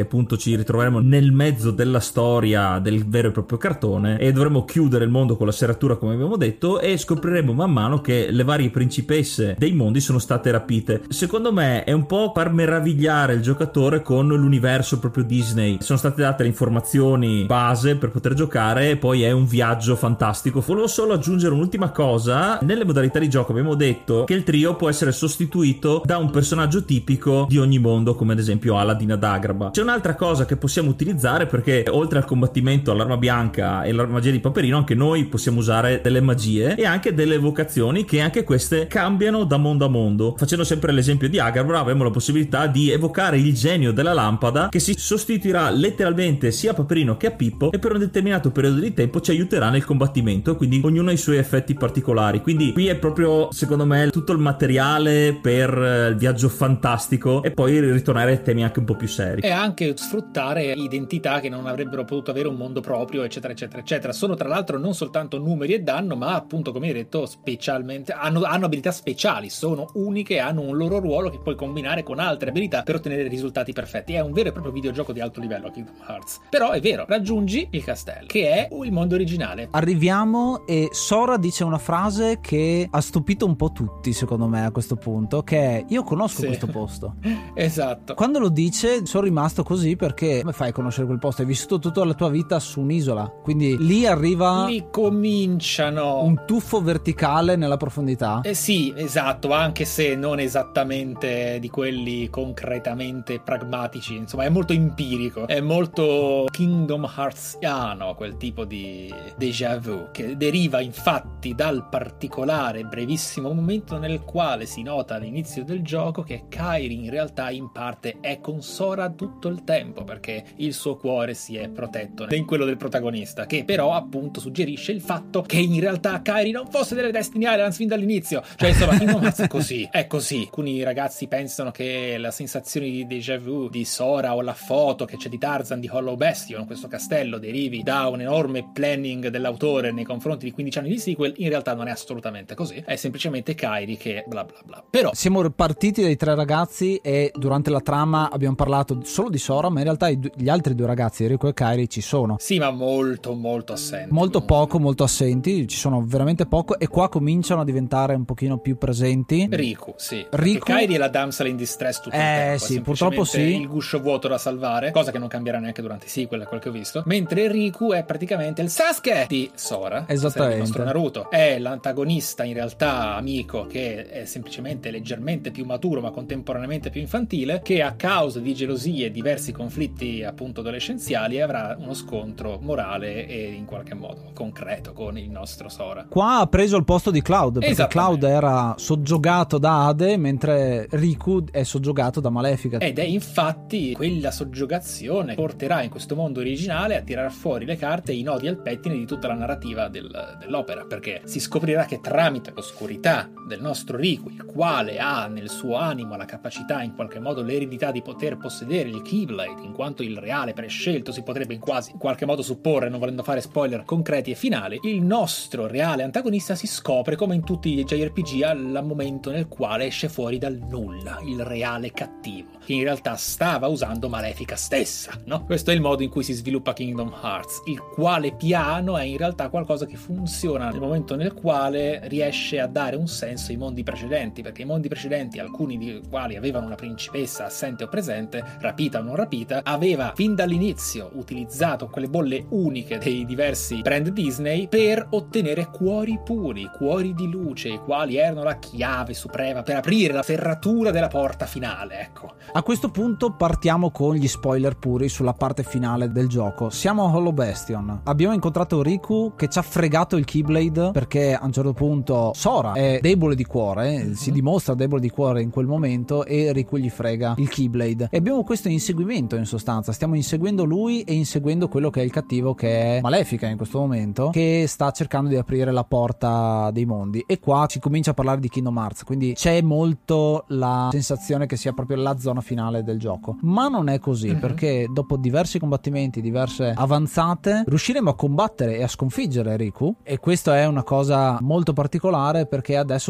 [SPEAKER 1] ci ritroveremo nel mezzo della storia del vero e proprio cartone e dovremo chiudere il mondo con la serratura, come abbiamo detto, e scopriremo man mano che le varie principesse dei mondi sono state rapite. Secondo me è un po' per meravigliare il giocatore con l'universo proprio Disney. Sono state date le informazioni base per poter giocare e poi è un viaggio fantastico. Volevo solo aggiungere un'ultima cosa: nelle modalità di gioco abbiamo detto che il trio può essere sostituito da un personaggio tipico di ogni mondo, come ad esempio Aladdin ad Agrabah. C'è un'altra cosa che possiamo utilizzare, perché oltre al combattimento, all'arma bianca e alla magia di Paperino, anche noi possiamo usare delle magie e anche delle evocazioni, che anche queste cambiano da mondo a mondo. Facendo sempre l'esempio di Agrabah, avremo la possibilità di evocare il genio della lampada, che si sostituirà letteralmente sia a Paperino che a Pippo e per un determinato periodo di tempo ci aiuterà nel combattimento, quindi ognuno ha i suoi effetti particolari. Quindi qui è proprio, secondo me, tutto il materiale per il viaggio fantastico e poi ritornare ai temi anche un po' più seri.
[SPEAKER 3] E anche sfruttare identità che non avrebbero potuto avere un mondo proprio, eccetera eccetera eccetera. Sono tra l'altro non soltanto numeri e danno, ma appunto, come hai detto, specialmente hanno abilità speciali, sono uniche, hanno un loro ruolo che puoi combinare con altre abilità per ottenere risultati perfetti. È un vero e proprio videogioco di alto livello, Kingdom Hearts. Però è vero, raggiungi il castello, che è il mondo originale.
[SPEAKER 2] Arriviamo e Sora dice una frase che ha stupito un po' tutti, secondo me, a questo punto, che è: io conosco questo posto.
[SPEAKER 3] Esatto.
[SPEAKER 2] Quando lo dice sono rimasto così, perché come fai a conoscere quel posto? Hai vissuto tutta la tua vita su un'isola, quindi lì arriva,
[SPEAKER 3] lì cominciano
[SPEAKER 2] un tuffo verticale nella profondità.
[SPEAKER 3] Sì, esatto, anche se non esattamente di quelli concretamente pragmatici, insomma è molto empirico, è molto Kingdom Heartsiano, quel tipo di déjà vu, che deriva infatti dal particolare brevissimo momento nel quale si nota all'inizio del gioco che Kairi in realtà in parte è con Sora tutto il tempo, perché il suo cuore si è protetto in quello del protagonista, che però appunto suggerisce il fatto che in realtà Kairi non fosse delle Destiny Islands fin dall'inizio. Cioè insomma Kingdom Hearts è così. Alcuni ragazzi pensano che la sensazione di déjà vu di Sora o la foto che c'è di Tarzan di Hollow Bastion, questo castello, derivi da un enorme planning dell'autore nei confronti di 15 anni di sequel. In realtà non è assolutamente così, è semplicemente Kairi che bla bla bla. Però
[SPEAKER 2] siamo partiti dai tre ragazzi e durante la trama abbiamo parlato solo di Sora, ma in realtà gli altri due ragazzi, Riku e Kairi, ci sono.
[SPEAKER 3] Sì, ma molto assenti.
[SPEAKER 2] Molto assenti, ci sono veramente poco, e qua cominciano a diventare un pochino più presenti.
[SPEAKER 3] Riku, sì. Riku... Kairi è la damsel in distress tutto il tempo.
[SPEAKER 2] Sì, purtroppo sì.
[SPEAKER 3] Il guscio vuoto da salvare, cosa che non cambierà neanche durante i sequel, quel che ho visto. Mentre Riku è praticamente il Sasuke di Sora.
[SPEAKER 2] Esattamente.
[SPEAKER 3] Il nostro Naruto. È l'antagonista, in realtà amico, che è semplicemente leggermente più maturo, ma contemporaneamente più infantile, che a causa di gelosie e diversi conflitti appunto adolescenziali avrà uno scontro morale e in qualche modo concreto con il nostro Sora.
[SPEAKER 2] Qua ha preso il posto di Cloud, perché Cloud era soggiogato da Ade, mentre Riku è soggiogato da Malefica.
[SPEAKER 3] Ed è infatti quella soggiogazione porterà in questo mondo originale a tirar fuori le carte e i nodi al pettine di tutta la narrativa dell'opera, perché si scoprirà che tramite l'oscurità del nostro Riku, il quale ha nel suo animo la capacità, in qualche modo l'eredità di poter possedere il Keyblade, in quanto il reale prescelto, si potrebbe in qualche modo supporre, non volendo fare spoiler concreti e finali, il nostro reale antagonista si scopre, come in tutti gli JRPG, al momento nel quale esce fuori dal nulla il reale cattivo, che in realtà stava usando Malefica stessa, no? Questo è il modo in cui si sviluppa Kingdom Hearts, il quale piano è in realtà qualcosa che funziona nel momento nel quale riesce a dare un senso ai mondi precedenti, perché i mondi precedenti, alcuni di quali avevano una principessa assente o presente, rapita o non rapita, aveva fin dall'inizio utilizzato quelle bolle uniche dei diversi brand Disney per ottenere cuori puri, cuori di luce, i quali erano la chiave suprema per aprire la serratura della porta finale, ecco.
[SPEAKER 2] A questo punto partiamo con gli spoiler puri sulla parte finale del gioco. Siamo a Hollow Bastion, abbiamo incontrato Riku che ci ha fregato il Keyblade, perché a un certo punto Sora è debole di cuore, si dimostra debole di cuore in quel momento, e Riku gli frega il Keyblade, e abbiamo questo inseguimento, in sostanza stiamo inseguendo lui e inseguendo quello che è il cattivo, che è Malefica in questo momento, che sta cercando di aprire la porta dei mondi. E qua si comincia a parlare di Kingdom Hearts, quindi c'è molto la sensazione che sia proprio la zona finale del gioco, ma non è così, perché dopo diversi combattimenti, diverse avanzate, riusciremo a combattere e a sconfiggere Riku, e questa è una cosa molto particolare, perché adesso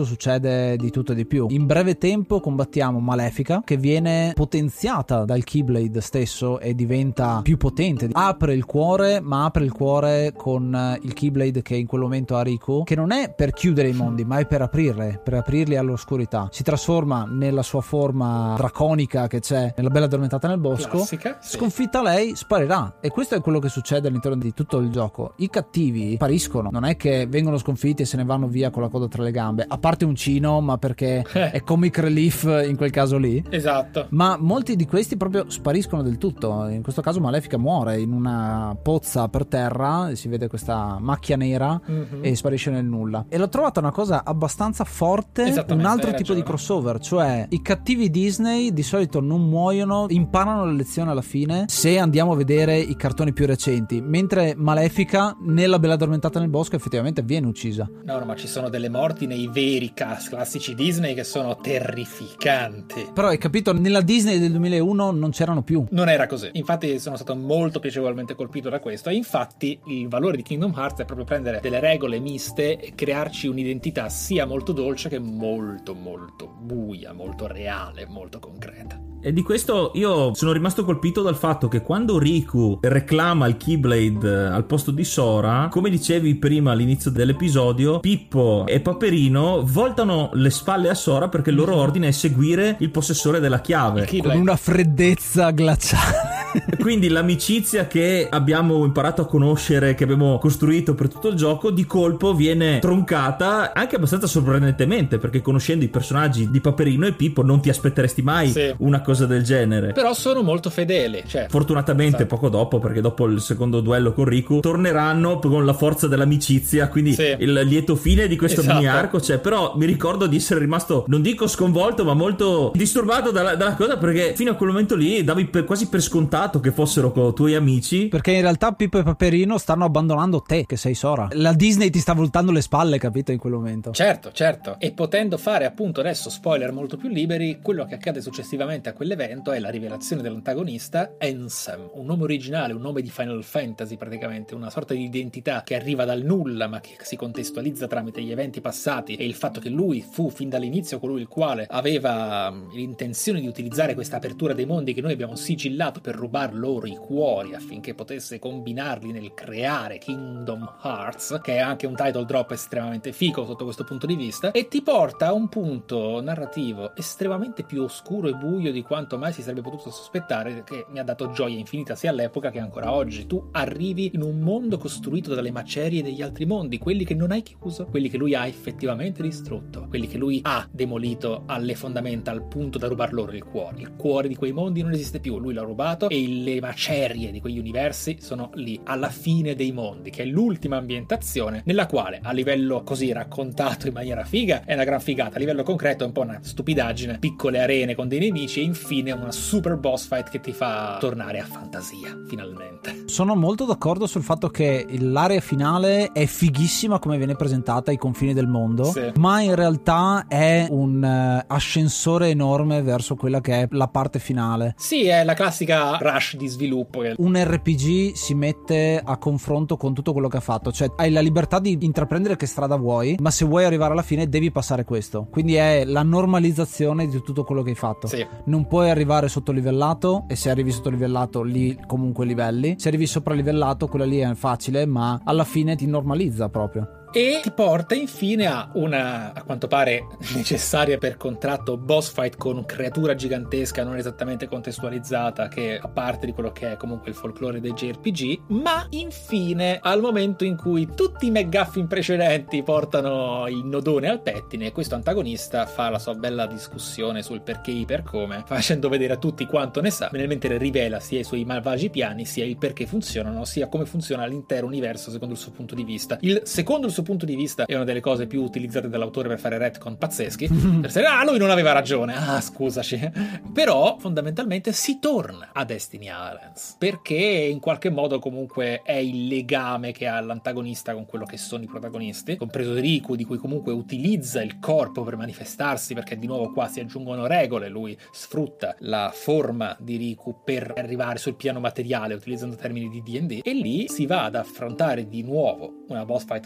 [SPEAKER 2] adesso succede di tutto e di più. In breve tempo combattiamo Malefica, che viene potenziata dal Keyblade stesso e diventa più potente. Apre il cuore, ma apre il cuore con il Keyblade che in quel momento ha Riku, che non è per chiudere i mondi, ma è per aprirli all'oscurità. Si trasforma nella sua forma draconica che c'è nella Bella Addormentata nel bosco.
[SPEAKER 3] Classica, sì.
[SPEAKER 2] Sconfitta lei, sparirà. E questo è quello che succede all'interno di tutto il gioco. I cattivi spariscono, non è che vengono sconfitti e se ne vanno via con la coda tra le gambe, a parte Uncino, ma perché è comic relief in quel caso lì.
[SPEAKER 3] Esatto.
[SPEAKER 2] Ma molti di questi proprio spariscono del tutto. In questo caso Malefica muore in una pozza per terra, si vede questa macchia nera e sparisce nel nulla. E l'ho trovata una cosa abbastanza forte, un altro tipo di crossover, cioè i cattivi Disney di solito non muoiono, imparano la lezione alla fine se andiamo a vedere i cartoni più recenti, mentre Malefica nella Bella Addormentata nel bosco effettivamente viene uccisa.
[SPEAKER 3] No, ma ci sono delle morti nei veri classici Disney che sono terrificanti.
[SPEAKER 2] Però hai capito, nella Disney del 2001 non c'erano più.
[SPEAKER 3] Non era così. Infatti sono stato molto piacevolmente colpito da questo, e infatti il valore di Kingdom Hearts è proprio prendere delle regole miste e crearci un'identità sia molto dolce che molto molto buia, molto reale, molto concreta.
[SPEAKER 1] E di questo io sono rimasto colpito dal fatto che quando Riku reclama il Keyblade al posto di Sora, come dicevi prima all'inizio dell'episodio, Pippo e Paperino voltano le spalle a Sora perché il loro ordine è seguire il possessore della chiave.
[SPEAKER 2] Con una freddezza glaciale.
[SPEAKER 1] Quindi l'amicizia che abbiamo imparato a conoscere, che abbiamo costruito per tutto il gioco, di colpo viene troncata, anche abbastanza sorprendentemente, perché conoscendo i personaggi di Paperino e Pippo non ti aspetteresti mai una cosa del genere.
[SPEAKER 3] Però sono molto fedeli, cioè.
[SPEAKER 1] Fortunatamente poco dopo, perché dopo il secondo duello con Riku torneranno con la forza dell'amicizia, quindi il lieto fine di questo mini arco c'è. Però mi ricordo di essere rimasto, non dico sconvolto, ma molto disturbato dalla cosa, perché fino a quel momento lì davi quasi per scontato che fossero tuoi amici,
[SPEAKER 2] perché in realtà Pippo e Paperino stanno abbandonando te, che sei Sora. La Disney ti sta voltando le spalle, capito, in quel momento.
[SPEAKER 3] Certo. E potendo fare appunto adesso spoiler molto più liberi, quello che accade successivamente a quell'evento è la rivelazione dell'antagonista Ansem, un nome originale, un nome di Final Fantasy praticamente, una sorta di identità che arriva dal nulla ma che si contestualizza tramite gli eventi passati e il fatto che lui fu fin dall'inizio colui il quale aveva l'intenzione di utilizzare questa apertura dei mondi che noi abbiamo sigillato per rubar loro i cuori affinché potesse combinarli nel creare Kingdom Hearts, che è anche un title drop estremamente figo sotto questo punto di vista, e ti porta a un punto narrativo estremamente più oscuro e buio di quanto mai si sarebbe potuto sospettare, che mi ha dato gioia infinita sia all'epoca che ancora oggi. Tu arrivi in un mondo costruito dalle macerie degli altri mondi, quelli che non hai chiuso, quelli che lui ha effettivamente distrutto, quelli che lui ha demolito alle fondamenta al punto da rubar loro il cuore. Il cuore di quei mondi non esiste più, lui l'ha rubato e le macerie di quegli universi sono lì alla fine dei mondi, che è l'ultima ambientazione nella quale a livello così raccontato in maniera figa è una gran figata, a livello concreto è un po' una stupidaggine, piccole arene con dei nemici e infine una super boss fight che ti fa tornare a fantasia finalmente.
[SPEAKER 2] Sono molto d'accordo sul fatto che l'area finale è fighissima come viene presentata ai confini del mondo, ma in realtà è un ascensore enorme verso quella che è la parte finale.
[SPEAKER 3] Sì, è la classica rush di sviluppo.
[SPEAKER 2] Un RPG si mette a confronto con tutto quello che ha fatto, cioè hai la libertà di intraprendere che strada vuoi, ma se vuoi arrivare alla fine devi passare questo, quindi è la normalizzazione di tutto quello che hai fatto. Non puoi arrivare sottolivellato, e se arrivi sottolivellato lì comunque livelli, se arrivi sopralivellato quella lì è facile, ma alla fine ti normalizza proprio.
[SPEAKER 3] E ti porta infine a una, a quanto pare necessaria per contratto, boss fight con creatura gigantesca non esattamente contestualizzata, che a parte di quello che è comunque il folklore dei JRPG, ma infine al momento in cui tutti i McGuffin precedenti portano il nodone al pettine e questo antagonista fa la sua bella discussione sul perché e per come, facendo vedere a tutti quanto ne sa, mentre rivela sia i suoi malvagi piani, sia il perché funzionano, sia come funziona l'intero universo secondo il suo punto di vista. Secondo il suo punto di vista è una delle cose più utilizzate dall'autore per fare retcon pazzeschi, per essere lui non aveva ragione, scusaci, però fondamentalmente si torna a Destiny Islands perché in qualche modo comunque è il legame che ha l'antagonista con quello che sono i protagonisti, compreso Riku, di cui comunque utilizza il corpo per manifestarsi, perché di nuovo qua si aggiungono regole, lui sfrutta la forma di Riku per arrivare sul piano materiale utilizzando termini di D&D, e lì si va ad affrontare di nuovo una boss fight molto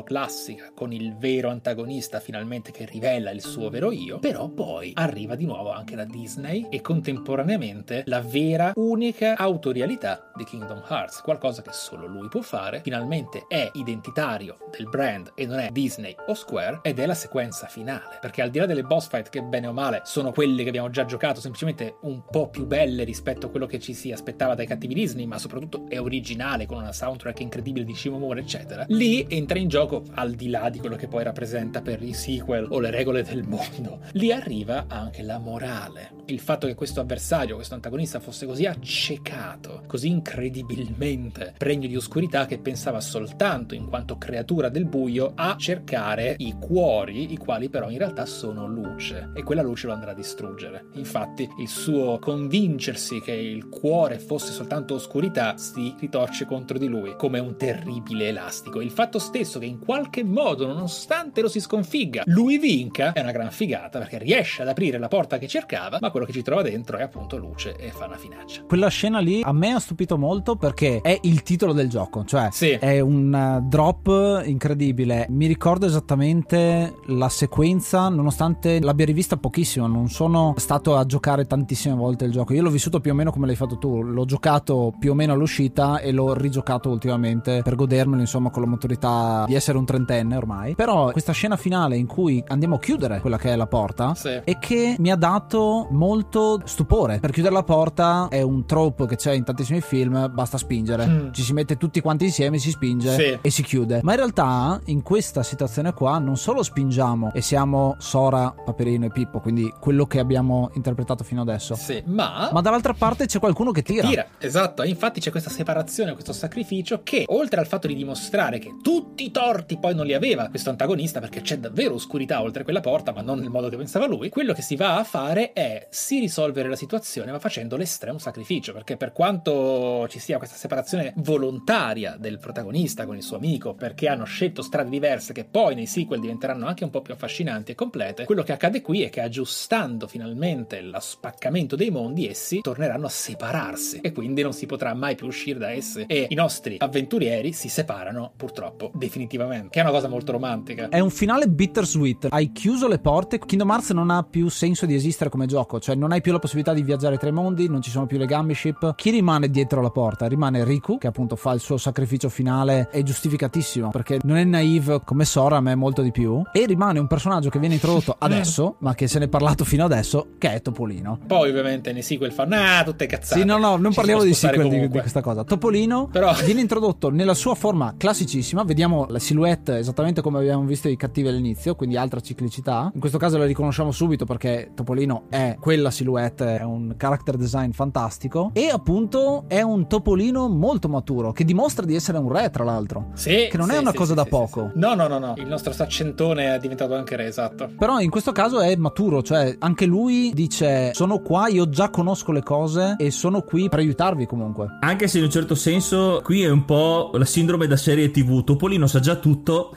[SPEAKER 3] classica, con il vero antagonista finalmente che rivela il suo vero io, però poi arriva di nuovo anche la Disney e contemporaneamente la vera, unica autorialità di Kingdom Hearts, qualcosa che solo lui può fare, finalmente è identitario del brand e non è Disney o Square, ed è la sequenza finale, perché al di là delle boss fight che bene o male sono quelle che abbiamo già giocato, semplicemente un po' più belle rispetto a quello che ci si aspettava dai cattivi Disney, ma soprattutto è originale con una soundtrack incredibile di Shimomura eccetera, lì entra in gioco, al di là di quello che poi rappresenta per i sequel o le regole del mondo, lì arriva anche la morale, il fatto che questo avversario, questo antagonista fosse così accecato, così incredibilmente pregno di oscurità, che pensava soltanto in quanto creatura del buio a cercare i cuori, i quali però in realtà sono luce, e quella luce lo andrà a distruggere. Infatti il suo convincersi che il cuore fosse soltanto oscurità si ritorce contro di lui come un terribile elastico. Il fatto stesso che in qualche modo, nonostante lo si sconfigga, lui vinca è una gran figata, perché riesce ad aprire la porta che cercava, ma quello che ci trova dentro è appunto luce e fa una finaccia.
[SPEAKER 2] Quella scena lì a me ha stupito molto perché è il titolo del gioco, cioè
[SPEAKER 3] sì,
[SPEAKER 2] è un drop incredibile. Mi ricordo esattamente la sequenza, nonostante l'abbia rivista pochissimo, non sono stato a giocare tantissime volte il gioco. Io l'ho vissuto più o meno come l'hai fatto tu, l'ho giocato più o meno all'uscita e l'ho rigiocato ultimamente per godermelo, insomma, con la maturità di essere un trentenne ormai. Però questa scena finale in cui andiamo a chiudere quella che è la porta,
[SPEAKER 3] sì,
[SPEAKER 2] e che mi ha dato molto stupore. Per chiudere la porta è un trope che c'è in tantissimi film, basta spingere, ci si mette tutti quanti insieme, si spinge,
[SPEAKER 3] sì,
[SPEAKER 2] e si chiude. Ma in realtà in questa situazione qua non solo spingiamo e siamo Sora, Paperino e Pippo, quindi quello che abbiamo interpretato fino adesso,
[SPEAKER 3] sì, ma
[SPEAKER 2] dall'altra parte c'è qualcuno che tira,
[SPEAKER 3] esatto. Infatti c'è questa separazione, questo sacrificio che, oltre al fatto di dimostrare che tutti i torti poi non li aveva questo antagonista, perché c'è davvero oscurità oltre quella porta, ma non nel modo che pensava lui, quello che si va a fare è sì risolvere la situazione, ma facendo l'estremo sacrificio, perché per quanto ci sia questa separazione volontaria del protagonista con il suo amico, perché hanno scelto strade diverse che poi nei sequel diventeranno anche un po' più affascinanti e complete, quello che accade qui è che, aggiustando finalmente lo spaccamento dei mondi, essi torneranno a separarsi e quindi non si potrà mai più uscire da essi, e i nostri avventurieri si separano purtroppo definitivamente, che è una cosa molto romantica.
[SPEAKER 2] È un finale bittersweet. Hai chiuso le porte, Kingdom Hearts non ha più senso di esistere come gioco, cioè non hai più la possibilità di viaggiare tra i mondi, non ci sono più le Gummy Ship. Chi rimane dietro la porta? Rimane Riku, che appunto fa il suo sacrificio finale, è giustificatissimo perché non è naive come Sora, ma è molto di più, e rimane un personaggio che viene introdotto adesso, ma che se ne è parlato fino adesso, che è Topolino.
[SPEAKER 3] Poi ovviamente nei sequel fanno tutte cazzate.
[SPEAKER 2] Sì, no, non parliamo di sequel di questa cosa. Topolino
[SPEAKER 3] però
[SPEAKER 2] viene introdotto nella sua forma classicissima, vediamo la silhouette esattamente come abbiamo visto i cattivi all'inizio, quindi altra ciclicità. In questo caso la riconosciamo subito perché Topolino è quella silhouette, è un character design fantastico, e appunto è un Topolino molto maturo, che dimostra di essere un re, tra l'altro.
[SPEAKER 3] Sì,
[SPEAKER 2] che non è una cosa da poco.
[SPEAKER 3] No, il nostro saccentone è diventato anche re, esatto.
[SPEAKER 2] Però in questo caso è maturo, cioè anche lui dice: sono qua, io già conosco le cose e sono qui per aiutarvi comunque.
[SPEAKER 1] Anche se in un certo senso qui è un po' la sindrome da serie TV. Topolino sa già tutto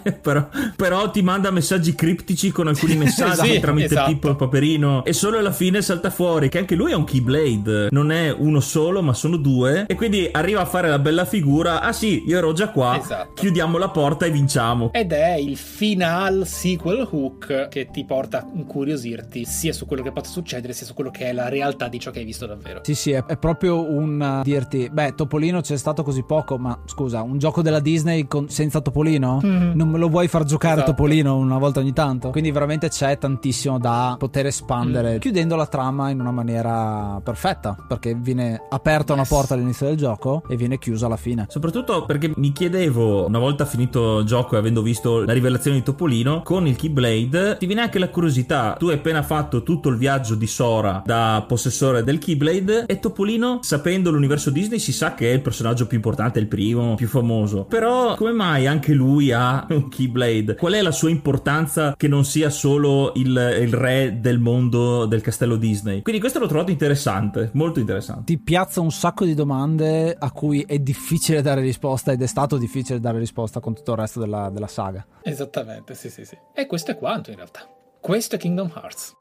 [SPEAKER 1] però ti manda messaggi criptici con alcuni messaggi tramite esatto. Pippo e Paperino, e solo alla fine salta fuori che anche lui è un Keyblade, non è uno solo ma sono due, e quindi arriva a fare la bella figura: ah sì, io ero già qua, esatto. Chiudiamo la porta e vinciamo.
[SPEAKER 3] Ed è il final sequel hook che ti porta a incuriosirti sia su quello che possa succedere sia su quello che è la realtà di ciò che hai visto davvero.
[SPEAKER 2] Sì, è proprio un dirti: beh, Topolino c'è stato così poco, ma scusa, un gioco della Disney senza Topolino? Non me lo vuoi far giocare, esatto. Topolino una volta ogni tanto? Quindi veramente c'è tantissimo da poter espandere, chiudendo la trama in una maniera perfetta, perché viene aperta una porta all'inizio del gioco e viene chiusa alla fine.
[SPEAKER 1] Soprattutto perché mi chiedevo, una volta finito il gioco e avendo visto la rivelazione di Topolino con il Keyblade, ti viene anche la curiosità: tu hai appena fatto tutto il viaggio di Sora da possessore del Keyblade, e Topolino, sapendo l'universo Disney, si sa che è il personaggio più importante, il primo, più famoso, però come mai anche lui ha un Keyblade? Qual è la sua importanza che non sia solo il re del mondo del castello Disney? Quindi questo l'ho trovato interessante, molto interessante.
[SPEAKER 2] Ti piazza un sacco di domande a cui è difficile dare risposta, ed è stato difficile dare risposta con tutto il resto della saga.
[SPEAKER 3] Esattamente, sì. E questo è quanto in realtà. Questo è Kingdom Hearts.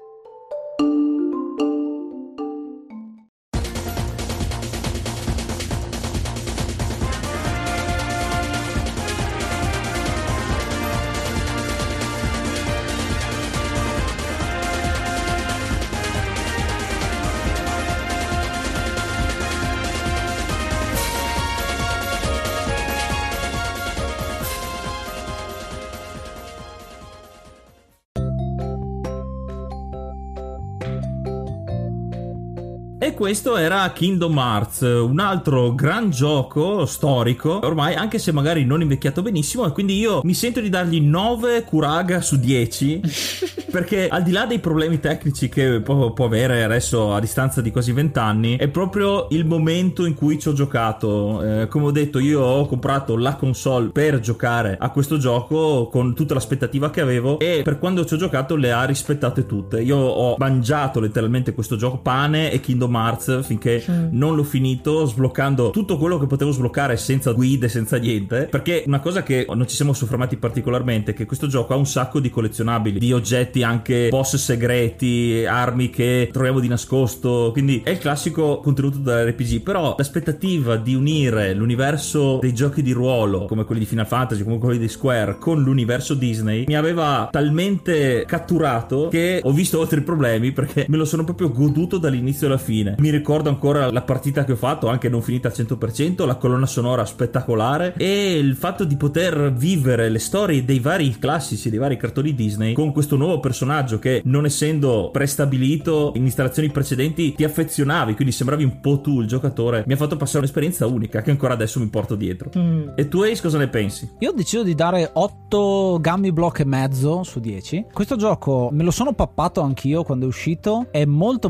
[SPEAKER 1] E questo era Kingdom Hearts, un altro gran gioco storico, ormai, anche se magari non invecchiato benissimo, e quindi io mi sento di dargli 9 Kuraga su 10, perché al di là dei problemi tecnici che può avere adesso a distanza di quasi 20 anni, è proprio il momento in cui ci ho giocato. Come ho detto, io ho comprato la console per giocare a questo gioco con tutta l'aspettativa che avevo, e per quando ci ho giocato le ha rispettate tutte. Io ho mangiato letteralmente questo gioco, pane e Kingdom Hearts, finché non l'ho finito, sbloccando tutto quello che potevo sbloccare senza guide, senza niente, perché una cosa che non ci siamo soffermati particolarmente è che questo gioco ha un sacco di collezionabili, di oggetti, anche boss segreti, armi che troviamo di nascosto, quindi è il classico contenuto dell'RPG. Però l'aspettativa di unire l'universo dei giochi di ruolo come quelli di Final Fantasy, come quelli di Square, con l'universo Disney mi aveva talmente catturato che ho visto altri problemi, perché me lo sono proprio goduto dall'inizio alla fine. Mi ricordo ancora la partita che ho fatto, anche non finita al 100%, la colonna sonora spettacolare, e il fatto di poter vivere le storie dei vari classici, dei vari cartoni Disney, con questo nuovo personaggio che, non essendo prestabilito in installazioni precedenti, ti affezionavi, quindi sembravi un po' tu il giocatore. Mi ha fatto passare un'esperienza unica che ancora adesso mi porto dietro. E tu, Ace, cosa ne pensi?
[SPEAKER 2] Io ho deciso di dare 8 Gummy Block e mezzo su 10. Questo gioco me lo sono pappato anch'io quando è uscito, è molto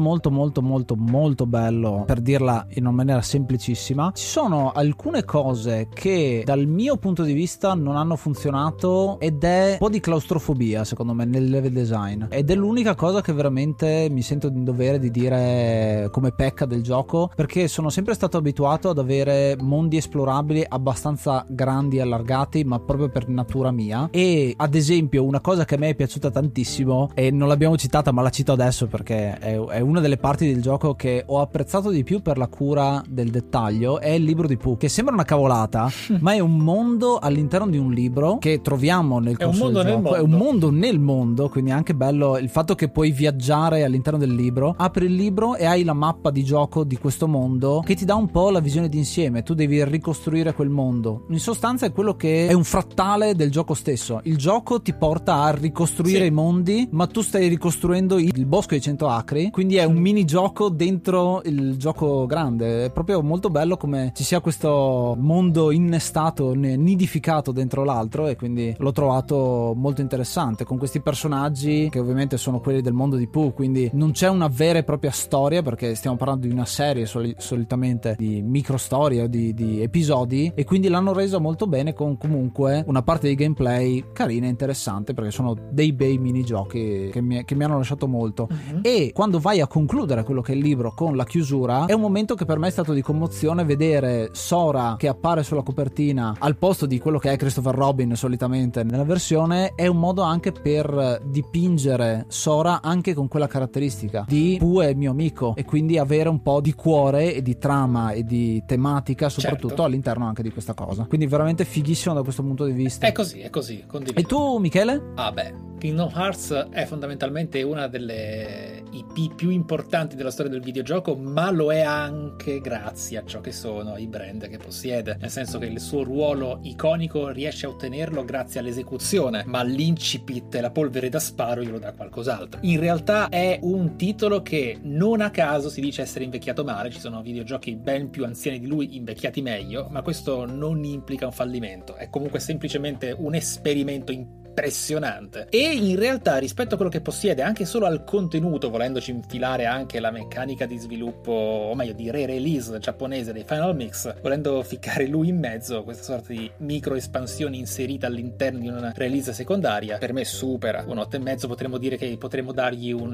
[SPEAKER 2] bello, per dirla in una maniera semplicissima. Ci sono alcune cose che dal mio punto di vista non hanno funzionato, ed è un po' di claustrofobia secondo me nel level design, ed è l'unica cosa che veramente mi sento in dovere di dire come pecca del gioco, perché sono sempre stato abituato ad avere mondi esplorabili abbastanza grandi e allargati, ma proprio per natura mia. E ad esempio una cosa che a me è piaciuta tantissimo, e non l'abbiamo citata ma la cito adesso perché è una delle parti del gioco che ho apprezzato di più per la cura del dettaglio, è il libro di Pooh, che sembra una cavolata ma è un mondo all'interno di un libro che troviamo nel corso del gioco. È un mondo nel mondo, quindi è anche bello il fatto che puoi viaggiare all'interno del libro. Apri il libro e hai la mappa di gioco di questo mondo che ti dà un po' la visione d'insieme. Tu devi ricostruire quel mondo, in sostanza è quello che è un frattale del gioco stesso. Il gioco ti porta a ricostruire i mondi, ma tu stai ricostruendo il bosco di 100 acri, quindi è un mini gioco dentro il gioco grande. È proprio molto bello come ci sia questo mondo innestato, nidificato dentro l'altro, e quindi l'ho trovato molto interessante, con questi personaggi che ovviamente sono quelli del mondo di Pooh, quindi non c'è una vera e propria storia, perché stiamo parlando di una serie solitamente di micro storie o di episodi, e quindi l'hanno resa molto bene, con comunque una parte di gameplay carina e interessante, perché sono dei bei minigiochi che mi hanno lasciato molto. E quando vai a concludere quello che è il libro con la chiusura, è un momento che per me è stato di commozione. Vedere Sora che appare sulla copertina al posto di quello che è Christopher Robin solitamente nella versione, è un modo anche per dipingere Sora anche con quella caratteristica di Pooh è mio amico, e quindi avere un po' di cuore e di trama e di tematica soprattutto all'interno anche di questa cosa. Quindi veramente fighissimo da questo punto di vista.
[SPEAKER 3] È così, condivido.
[SPEAKER 2] E tu, Michele?
[SPEAKER 3] Ah beh, Kingdom Hearts è fondamentalmente una delle IP più importanti della storia del videogioco, ma lo è anche grazie a ciò che sono i brand che possiede, nel senso che il suo ruolo iconico riesce a ottenerlo grazie all'esecuzione, ma l'incipit e la polvere da sparo glielo dà qualcos'altro. In realtà è un titolo che non a caso si dice essere invecchiato male. Ci sono videogiochi ben più anziani di lui invecchiati meglio, ma questo non implica un fallimento, è comunque semplicemente un esperimento impressionante. E in realtà, rispetto a quello che possiede, anche solo al contenuto, volendoci infilare anche la meccanica di sviluppo, o meglio di re-release giapponese dei Final Mix, volendo ficcare lui in mezzo, questa sorta di micro espansione inserita all'interno di una release secondaria, per me supera un 8,5. Potremmo dire che potremmo dargli un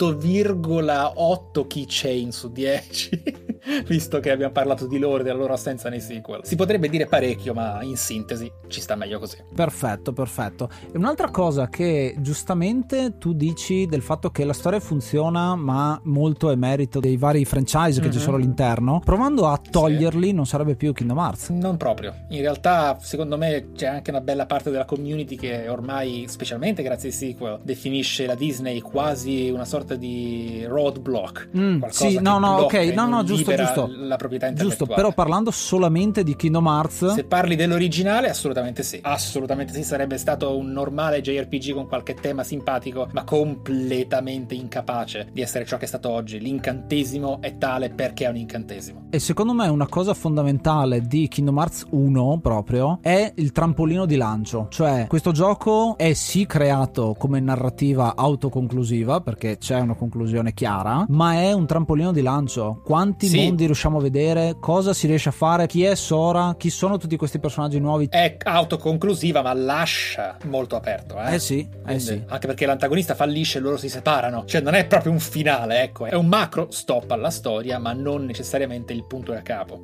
[SPEAKER 3] 8,8 keychain su 10 visto che abbiamo parlato di loro e della loro assenza nei sequel. Si potrebbe dire parecchio, ma in sintesi ci sta meglio così.
[SPEAKER 2] Perfetto. E un'altra cosa che giustamente tu dici del fatto che la storia funziona, ma molto è merito dei vari franchise che ci sono all'interno, provando a toglierli non sarebbe più Kingdom Hearts.
[SPEAKER 3] Non proprio. In realtà secondo me c'è anche una bella parte della community che ormai, specialmente grazie ai sequel, definisce la Disney quasi una sorta di roadblock.
[SPEAKER 2] Sì, no, giusto.
[SPEAKER 3] libera la proprietà intellettuale.
[SPEAKER 2] Giusto, però parlando solamente di Kingdom Hearts,
[SPEAKER 3] se parli dell'originale, assolutamente sì, sarebbe stato un normale JRPG con qualche tema simpatico, ma completamente incapace di essere ciò che è stato oggi. L'incantesimo è tale perché è un incantesimo.
[SPEAKER 2] E secondo me una cosa fondamentale di Kingdom Hearts 1 proprio è il trampolino di lancio, cioè questo gioco è sì creato come narrativa autoconclusiva perché c'è una conclusione chiara, ma è un trampolino di lancio. Quanti mondi riusciamo a vedere, cosa si riesce a fare, chi è Sora, chi sono tutti questi personaggi nuovi.
[SPEAKER 3] È autoconclusiva ma lascia molto aperto,
[SPEAKER 2] sì.
[SPEAKER 3] Anche perché l'antagonista fallisce e loro si separano, cioè non è proprio un finale, ecco, è un macro stop alla storia ma non necessariamente il punto da capo.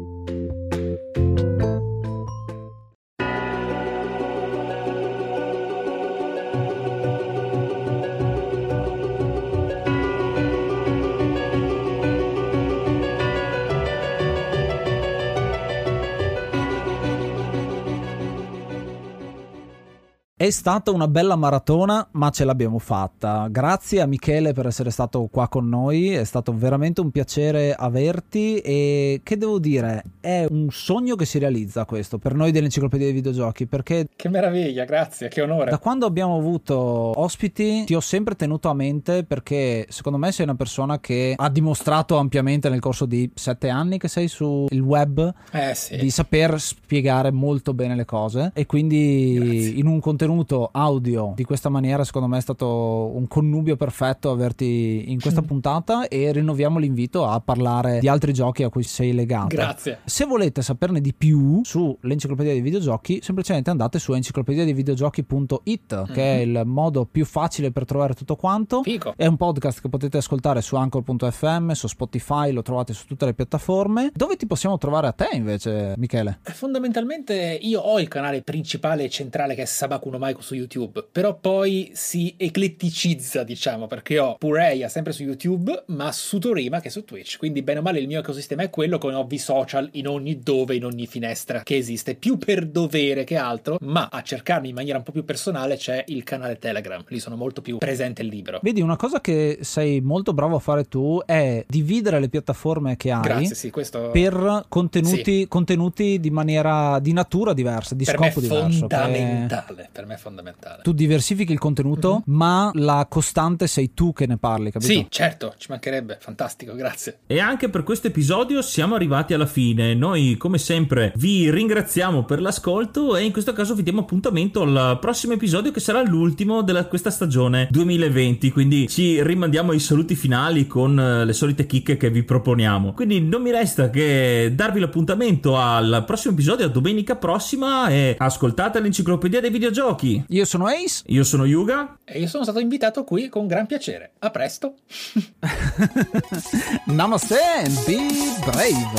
[SPEAKER 2] È stata una bella maratona, ma ce l'abbiamo fatta. Grazie a Michele per essere stato qua con noi, è stato veramente un piacere averti e che devo dire, è un sogno che si realizza questo per noi dell'Enciclopedia dei Videogiochi, perché
[SPEAKER 3] che meraviglia, grazie, che onore.
[SPEAKER 2] Da quando abbiamo avuto ospiti ti ho sempre tenuto a mente perché secondo me sei una persona che ha dimostrato ampiamente nel corso di 7 anni che sei sul web di saper spiegare molto bene le cose e quindi in un contenuto audio di questa maniera secondo me è stato un connubio perfetto averti in questa puntata e rinnoviamo l'invito a parlare di altri giochi a cui sei legato.
[SPEAKER 3] Grazie.
[SPEAKER 2] Se volete saperne di più sull'Enciclopedia dei Videogiochi, semplicemente andate su enciclopediadeivideogiochi.it che è il modo più facile per trovare tutto quanto.
[SPEAKER 3] Fico.
[SPEAKER 2] È un podcast che potete ascoltare su Anchor.fm, su Spotify, lo trovate su tutte le piattaforme. Dove ti possiamo trovare a te invece, Michele?
[SPEAKER 3] Fondamentalmente io ho il canale principale e centrale che è Sabaku no Maiko su YouTube, però poi si ecletticizza, diciamo, perché ho Pureia sempre su YouTube, ma Sutorima che è su Twitch, quindi bene o male il mio ecosistema è quello, con ovvi social in ogni dove, in ogni finestra che esiste, più per dovere che altro, ma a cercarmi in maniera un po' più personale c'è il canale Telegram, lì sono molto più presente e libero.
[SPEAKER 2] Vedi, una cosa che sei molto bravo a fare tu è dividere le piattaforme che hai.
[SPEAKER 3] Grazie, sì, questo
[SPEAKER 2] per contenuti di maniera, di natura diversa, di scopo diverso.
[SPEAKER 3] Per me è fondamentale.
[SPEAKER 2] Tu diversifichi il contenuto, ma la costante sei tu che ne parli, capito?
[SPEAKER 3] Sì, certo, ci mancherebbe. Fantastico, grazie.
[SPEAKER 1] E anche per questo episodio siamo arrivati alla fine. Noi, come sempre, vi ringraziamo per l'ascolto e in questo caso vi diamo appuntamento al prossimo episodio che sarà l'ultimo della questa stagione 2020. Quindi ci rimandiamo ai saluti finali con le solite chicche che vi proponiamo. Quindi non mi resta che darvi l'appuntamento al prossimo episodio, a domenica prossima, e ascoltate l'Enciclopedia dei Videogiochi.
[SPEAKER 2] Io sono Ace.
[SPEAKER 1] Io sono Yuga.
[SPEAKER 3] E io sono stato invitato qui con gran piacere. A presto.
[SPEAKER 2] Namaste and be brave.